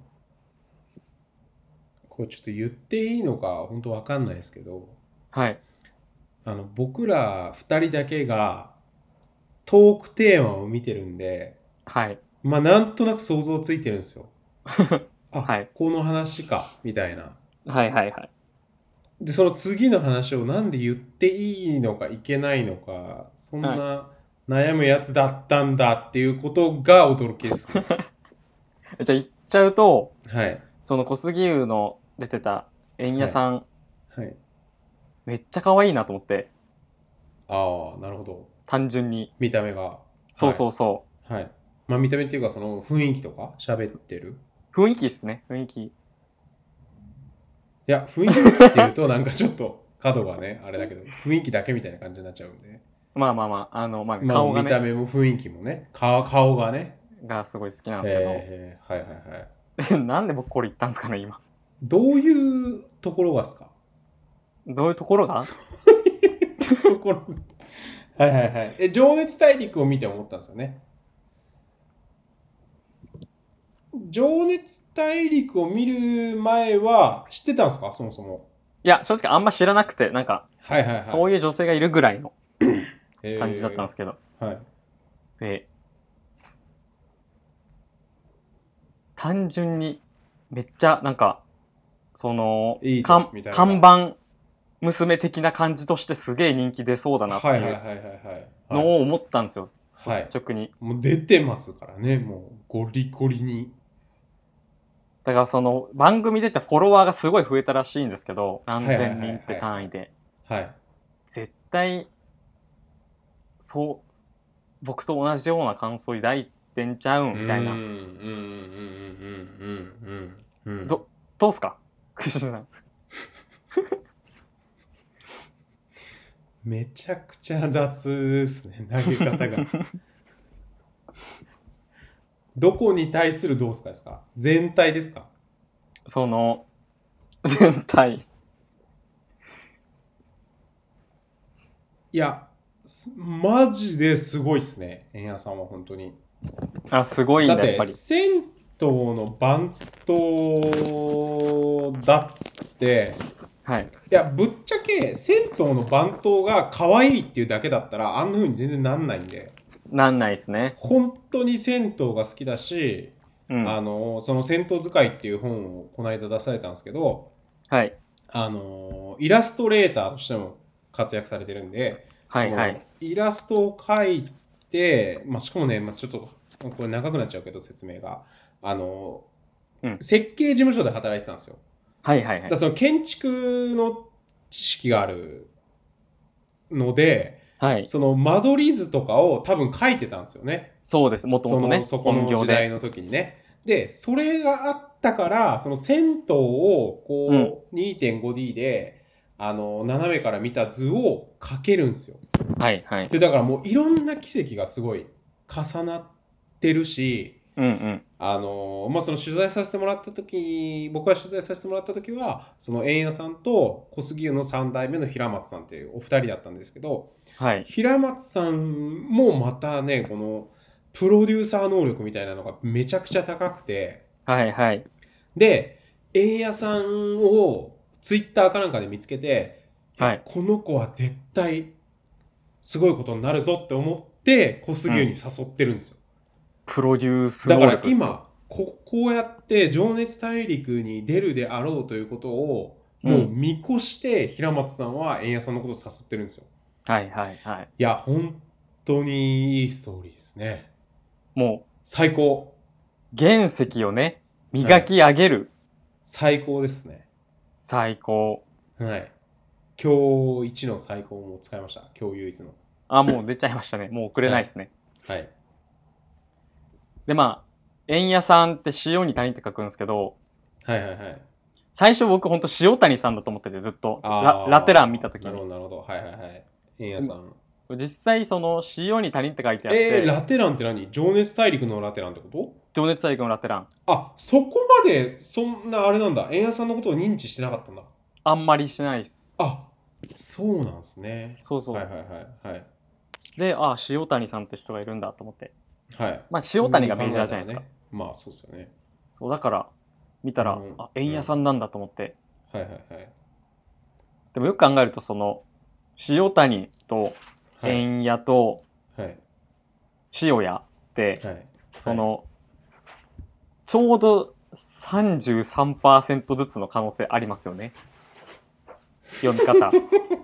これちょっと言っていいのか本当わかんないですけど、 はいあの僕らふたりだけがトークテーマを見てるんで、 はいまあなんとなく想像ついてるんですよ。あ、 はい、 この話かみたいな。 はいはいはい。 でその次の話をなんで言っていいのかいけないのか、そんな悩むやつだったんだっていうことが驚きですね。 じゃあ言っちゃうと、 はい。 その小杉湯の出てた円屋さん、 はい。 めっちゃ可愛いなと思って、 ああ、なるほど。 単純に。 見た目が。 そうそうそはい。はい。まあ見た目っていうかその雰囲気とか喋ってる。 う。雰囲気っすね、雰囲気。 いや、雰囲気っていうとなんかちょっと角がね、あれだけど、雰囲気だけみたいな感じになっちゃうんで。 まあまあまあ、あの、まあ、 まあ顔がね、 見た目も雰囲気もね、顔顔がね。 がすごい好きなんですけど、 えー、はいはいはい。 なんで僕これ言ったんですかね、今。 どういうところがですか？ どういうところがところはいはいはい。え、情熱大陸を見て思ったんですよね。情熱大陸を見る前は知ってたんですか、そもそも。 いや、正直あんま知らなくて、なんか、 はいはいはい。 そういう女性がいるぐらいのえー感じだったんですけど。 はい。 で、単純に、めっちゃ、なんか、その、 いいとかんみたいな看板娘的な感じとしてすげえ人気出そうだなっていうはいはいはいはいはい。 のを思ったんですよ。 はい。 率直に。 もう出てますからね、もうゴリゴリに。 だからその番組出てフォロワーがすごい増えたらしいんですけど、何千人って単位で。 はい。 絶対、そう、僕と同じような感想抱いてんちゃうんみたいな。 うんうんうんうんうんうんうんうん。 ど、どうすかクシさん。 めちゃくちゃ雑ですね、投げ方が。どこに対するどうすかですか？全体ですか？ その、全体。 いや、すマジですごいっすね、円谷さんは本当に。 あ、すごいんだ、 だって、 やっぱり。 銭湯の番頭だっつって、 はい。 いや、ぶっちゃけ銭湯の番頭が可愛いっていうだけだったらあんな風に全然なんないんで、 なんないですね。 本当に銭湯が好きだし、 うん。 あのその銭湯使いっていう本をこの間出されたんですけど、 はい。 あのイラストレーターとしても活躍されてるんで、そのはいはい。 イラストを描いて、まあ、しかもね、まあ、ちょっとこれ長くなっちゃうけど説明が、あのうん。 設計事務所で働いてたんですよ。 はいはいはい。 だからその建築の知識があるので、 はい。 その間取り図とかを多分書いてたんですよね。 そうです。もともそとね、 のそこ本業で。 の時代の時にね。で、それがあったから、その銭湯をうん。 こう にてんごディー であの斜めから見た図を描けるんですよ。 はいはい。 で、だからもういろんな奇跡がすごい重なってるし、 うんうん。 あのまあ、その取材させてもらった時、僕が取材させてもらった時は、その円谷さんと小杉湯のさん代目の平松さんというお二人だったんですけど、 はい。 平松さんもまたね、このプロデューサー能力みたいなのがめちゃくちゃ高くて、 はいはい。 で、円谷さんをツイッターかなんかで見つけて、いや、 はい。 この子は絶対すごいことになるぞって思って小杉湯にうん。 誘ってるんですよ。 プロデュースだか能力ですよ。 ら今ここうやって情熱大陸に出るであろうということをもううん。 見越して平松さんは円谷さんのことを誘ってるんですよ。 はいはいはい。 いや本当にいいストーリーですね。 も最高。 う、原石をね、 はい。 磨き上げる。 最高ですね。 最高。 はい。今日一の最高も使いました。今日唯一の。 あ、もう出ちゃいましたね。もう送れはい。 ないですね。 はい。 で、まあ、円谷さんって塩に谷って書くんですけど、 はいはいはい。 最初僕ほんと塩谷さんだと思ってて、ずっと。ララテ欄見あー、なるほた時に。 どなるほど。はいはいはい。円谷さん。 実際その塩に谷って書いてあっえー、 て、 ラテランって何？情熱大陸のラテランってこと？ 情熱大陸のラテ欄。 あ、そこまで、そんなあれなんだ。円谷さんのことを認知してなかったんだ。 あんまりしてないです。 あ、そうなんですね。 そうそはいはいはいはい。 う。で、あ、塩谷さんって人がいるんだと思って。 はい。 まあ、 普通塩谷がメジに考えャーじゃないですか。 たらね。まあそうですよね。 そう、だから、見たら、 うん。 あ、円うん。 谷さんなんだと思って。 はいはいはい。 でもよく考えると、その、塩谷とはい。 円谷とはい。 塩谷って、 はい。はい。 その、ちょうどさんじゅうさんパーセントずつの可能性ありますよね。読み方。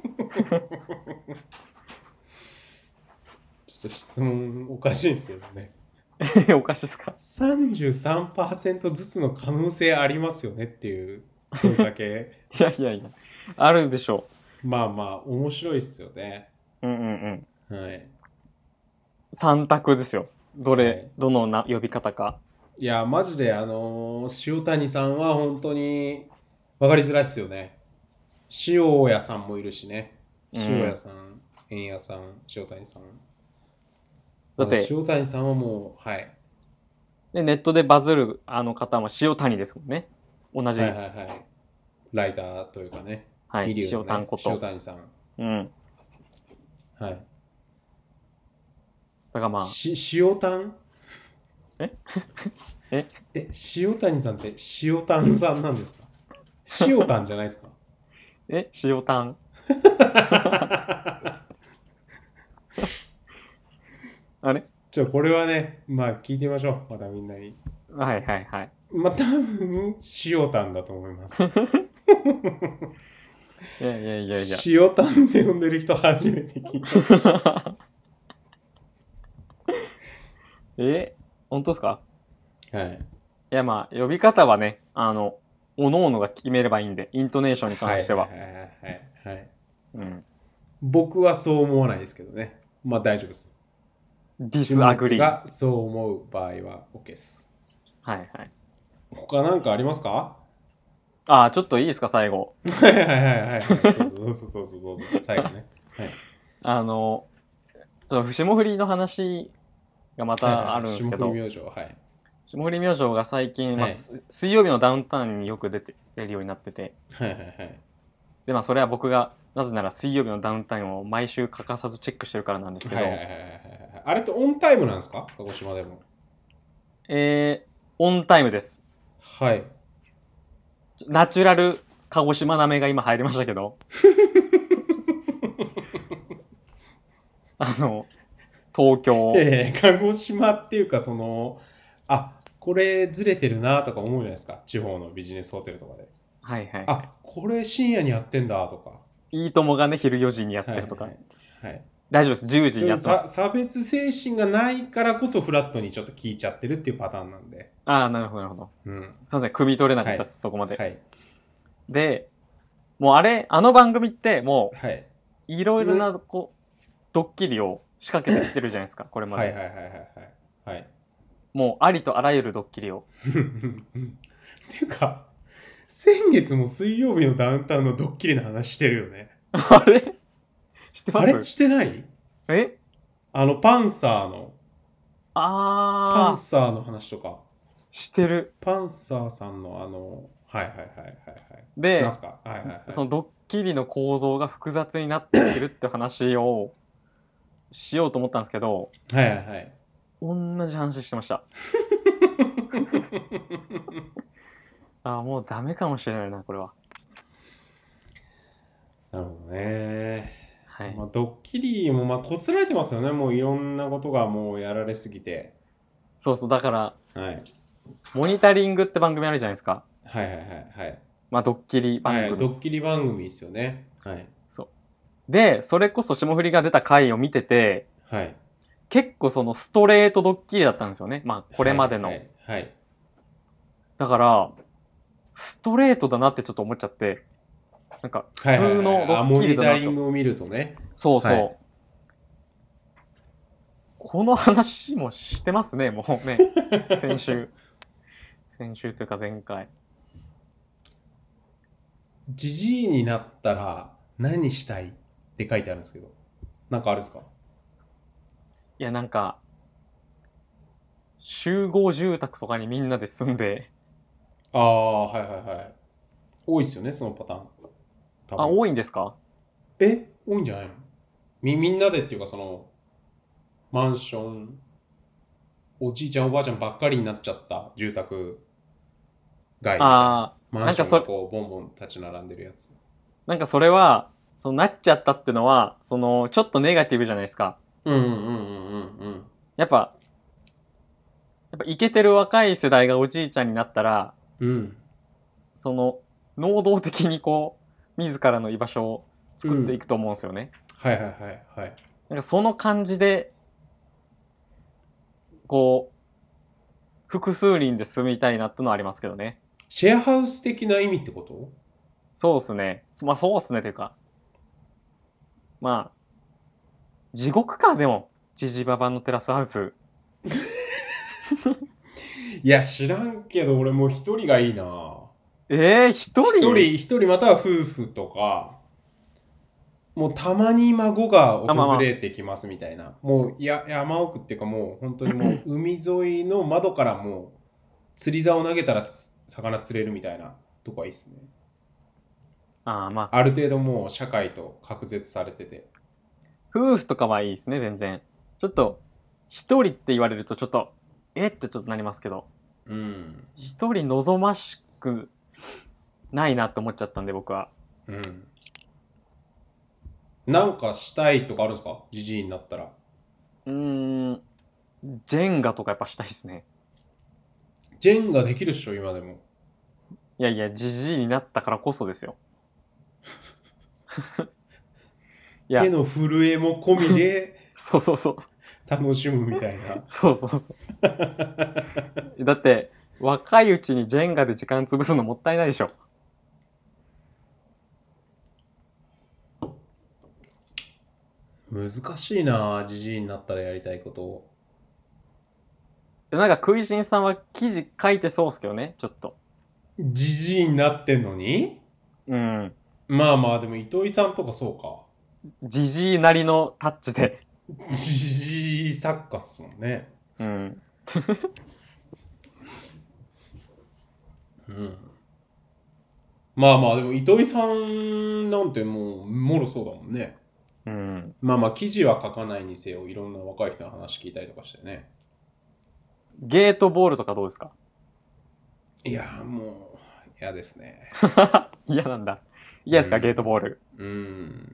ちょっと質問おかしいんですけどね。 おかしいですか？ さんじゅうさんパーセントずつの可能性ありますよねっていう問いかけ。 いやいやいや、あるでしょまあまあ、面白いっすよね。 う。うんうんうん。 はい。 さん択ですよ。どれ、 はい。 どのな呼び方か。 いや、マジで、あのー塩谷さんは本当に分かりづらいっすよね。塩屋さんもいるしね。塩屋うん。 さん、円屋さん、塩谷さん。まだだって、 塩谷さんはもう、はい。 で、ネットでバズるあの方も塩谷ですもんね。同はいじ、 はいはい。ライターというかね。 はい、 ミリューの塩谷ね、 こと。 塩谷さん。 うん。 はい。 だからまし、塩炭あ、えええ、塩谷さんって塩炭さんなんですか？塩炭じゃないですか？ え塩谷あれちょ、これはね、まあ聞いてみましょう。またみんなに。 はいはいはい。 まあ多分、塩炭だと思います。 いやいやいやいや。 塩炭って呼んでる人初めて聞いた。 え本当ですか？ はい。 いやまあ、呼び方はね、あの、おのおのが決めればいいんで、イントネーションにはいはいはい関しては。 はいはい。 うん。 僕はそう思わないですけどね。まあ大丈夫です。 ディ始スアグリー。 末がそう思う場合は OK です。 はいはい。 他なんかありますか？ ああ、ちょっといいですか、最後。 はいはいはいはいはい。どうぞどうぞどうぞどうぞ。最後ね。はい。 あの、ちょっと霜降りの話がまはいはいはい。 たあるんですけど、 霜降り明星。はい。 霜降り明星が最近、まあ、 はい。 す水曜日のダウンタウンによく出て出るようになってて、 はいはいはい。 で、まあ、それは僕が、なぜなら水曜日のダウンタウンを毎週欠かさずチェックしてるからなんですけど、 はいはいはいはいはい。あれってオンタイムなんですか？鹿児島でも。 えオンタイムです。 はい。 ナチュラル鹿児島なめが今入りましたけど。あの、東京。 ええ、鹿児島っていうか、その、あ、これずれてるなとか思うじゃないですか。地方のビジネスホテルとかで。 はいはいはい。 あ、これ深夜にやってんだとか。 いいともがね、昼よじにやってはいるとか。 はい。はい。 大丈夫です。じゅうじそういうにやってます。 差別精神がないからこそフラットにちょっと聞いちゃってるっていうパターンなんで。 ああ、なるほどなるほど。 うん。 すいません、汲み取れなかはい。 ったです、そこまで。 はい。 で、もうあれ、あの番組ってもはい。 う、いろいろむな、こう、ドッキリを仕掛けてきてるじゃないですか、これまで。 はいはいはいはいはい。はい。 もう、ありとあらゆるドッキリを。 っていうか、先月も水曜日のダウンタウンのドッキリの話してるよね。 あれ知ってまあれすしてない？ えあの、パンサーの、パンあサーの話とか。 ー、してる。 パンサーさんのあの、はいはいはいはいはい。なんで、 すか？はいはいはい。 そのドッキリの構造が複雑になってきてるって話をしようと思ったんですけど、 はいはいはい。 同じ話してました。あー、もうダメかもしれないな、これは。 なるほどね。 はい。 まあ、ドッキリもまあこすられてますよね。もういろんなことがもうやられすぎて。 そうそう、だから、 はい。 モニタリングって番組あるじゃないですか。 はいはいはいはい。 まあ、ドッキリ番はい、ド組。 ッキリ番組ですよね。はい。 そう。で、それこそ霜降りが出た回を見てて、 はい。 結構そのストレートドッキリだったんですよね。まあ、これまでの。 はいはいはい。 だから、ストレートだなってちょっと思っちゃって、なんか、普はいはいはい。 通のドあ、 ッモニキリだなと。 タリングを見るとね。 そうそう。 はい。 この話もしてますね、もうね。先週。先週というか前回。 じじいになったら何したいって書いてあるんですけど。なんかあるんですか？ いや、なんか、集合住宅とかにみんなで住んで、 ああ、はいはいはい。多いっすよね、そのパターン。多あ、 分。 多いんですか？ え多いんじゃないの？み、みんなでっていうか、その、マンション、おじいちゃんおばあちゃんばっかりになっちゃった住宅街みたいな。 ああ、 マンションがなんかそれ、 こう、ボンボン立ち並んでるやつ。 なんかそれは、そうなっちゃったってのは、その、ちょっとネガティブじゃないですか。 うんうんうんうんうんやっぱ、やっぱイケてる若い世代がおじいちゃんになったら、 うん。うん。 その、能動的にこう、自らの居場所を作っていうん。 くと思うんですよね。 はいはいはいはい。 なんかその感じで、こう、複数人で住みたいなってのはありますけどね。 シェアハウス的な意味ってこと？ そうっすね。まあそうっすねというか、まあ、地獄か、でも。ジジババのテラスハウス。 いや、知らんけど、俺もう一人がいいな。 えー、一人一人、一人または夫婦とか、もうたまに孫があ、まあま訪れてきますみたいな。もうや山奥っていうかもう本当にもう海沿いの窓からもう釣り竿を投げたらつ魚釣れるみたいなとこはいいっすね。 あ、あーまあ、 ある程度もう社会と隔絶されてて。 夫婦とかはいいですね、全然。ちょっと、一人って言われるとちょっと、えってちょっとなりますけど、 うん。 一人望ましくないなって思っちゃったんで、僕は。 うん。なんかしたいとかあるんですか？じじいになったら。 うーん、ジェンガとかやっぱしたいですね。 ジェンができるっしょ、今でも。 いやいや、ジジイになったからこそですよ。いや、 手の震えも込みでそうそうそう。 楽しむみたいな。 そうそうそう。だって、若いうちにジェンガで時間潰すのもったいないでしょ。 難しいな、じじいになったらやりたいことを。 でなんか、食いしんさんは記事書いてそうっすけどね、ちょっと。 じじいになってんのに。 うん。 まあまあ、でも糸井さんとかそうか。 ジジイなりのタッチで。 じじい作家っすもんね。 うん。 うん。まあまあ、でも糸井さんなんてもう、もろそうだもんね。 うん。 まあまあ、記事は書かないにせよ、いろんな若い人の話聞いたりとかしてね。 ゲートボールとかどうですか？ いやーもう嫌ですね。 嫌なんだ。嫌ですか、 うんゲートボール。 うん。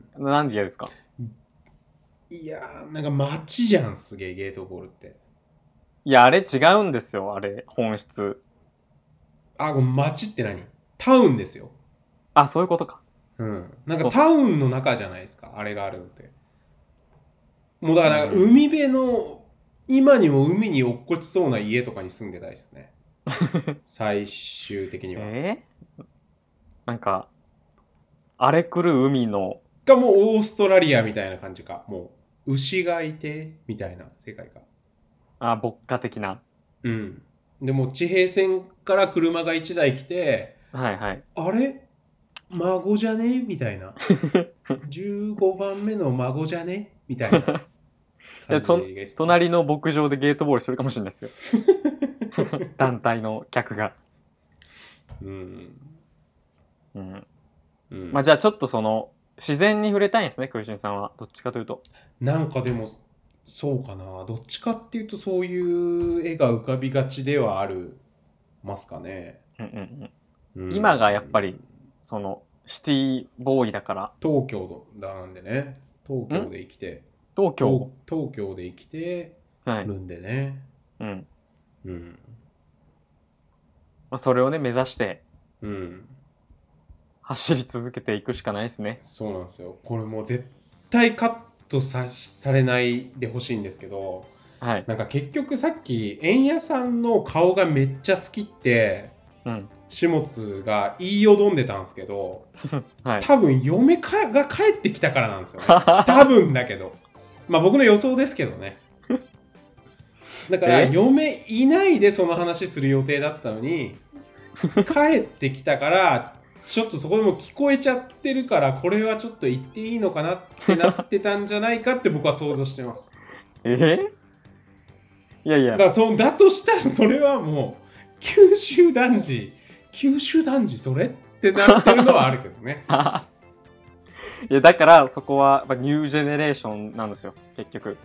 なんで嫌ですか？ いやーなんか街じゃん、すげえゲートボールって。 いや、あれ違うんですよ、あれ、本質。 あ、これ街って何？タウンですよ。 あ、そういうことか。 うん。なんそうそうかタウンの中じゃないですか、あれがあるのって。もうだからうん海辺の、今にも海に落っこちそうな家とかに住んでたいですね。最終的には。 えー、なんか、荒れ狂う海の、 かもうオーストラリアみたいな感じか。もう牛がいてみたいな世界か。 あ、牧歌的な。 うん。でも地平線から車がいちだい来て、 はいはい。 あれ孫じゃねみたいな。じゅうごばんめの孫じゃねみたいな感で、 じとがいいですね。 隣の牧場でゲートボールしてるかもしれないですよ。団体の客が。 うん。 うん。 うん。 まあじゃあちょっとその、自然に触れたいんですね、クイシンさんは。どっちかというと。 なんかでも、そうかな。どっちかっていうとそういう絵が浮かびがちではあるますかね。 うんうんうん。 うん今がやっぱり、その、シティボーイだから、 東京だなんでね。東京で生きて、 東京。 東東京で生きてはい。 るんでね。 うん。 うん。 まあ、それをね、目指してうん。 走り続けていくしかないですね。 そうなんですよ。これもう絶対カットさされないでほしいんですけど、 はい。 なんか結局さっき円谷さんの顔がめっちゃ好きってうん。 始末が言いよどんでたんですけど、 はい。 多分嫁かが帰ってきたからなんですよね。多分だけど。まあ僕の予想ですけどね。だからえ嫁いないでその話する予定だったのに、帰ってきたからちょっとそこでも聞こえちゃってるから、これはちょっと言っていいのかなってなってたんじゃないかって僕は想像してます。 えいやいやだからそだとしたらそれはもう九州男児九州男児それってなってるのはあるけどね。 いやだからそこはやっぱニュージェネレーションなんですよ結局。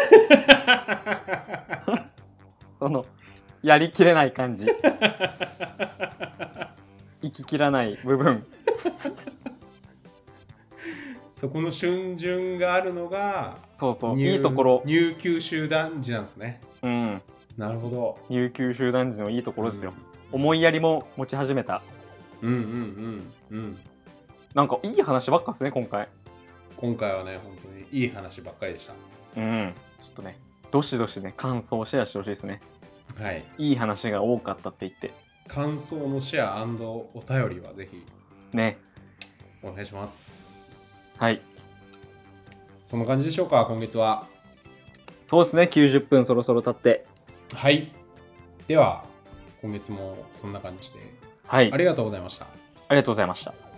そのやりきれない感じ、生ききらない部分。 そこの春巡があるのが、 そうそう、 ニューいいところ。 ニュー九州男児なんですね。 うん。 なるほど。 ニュー九州男児のいいところですよ。 うん、 思いやりも持ち始めた。 うんうんうんうん。 なんかいい話ばっかですね今回。 今回はね本当にいい話ばっかりでした。 うん。ちょっとね、どしどしね感想をシェアしてほしいですね。 はい。 いい話が多かったって言って。 感想のシェア&お便りはぜひね。 お願いします。 はい。 そんな感じでしょうか、今月は。 そうですね、きゅうじゅっぷんそろそろ経って。 はい。では、今月もそんな感じで。 はい。 ありがとうございました。 ありがとうございました。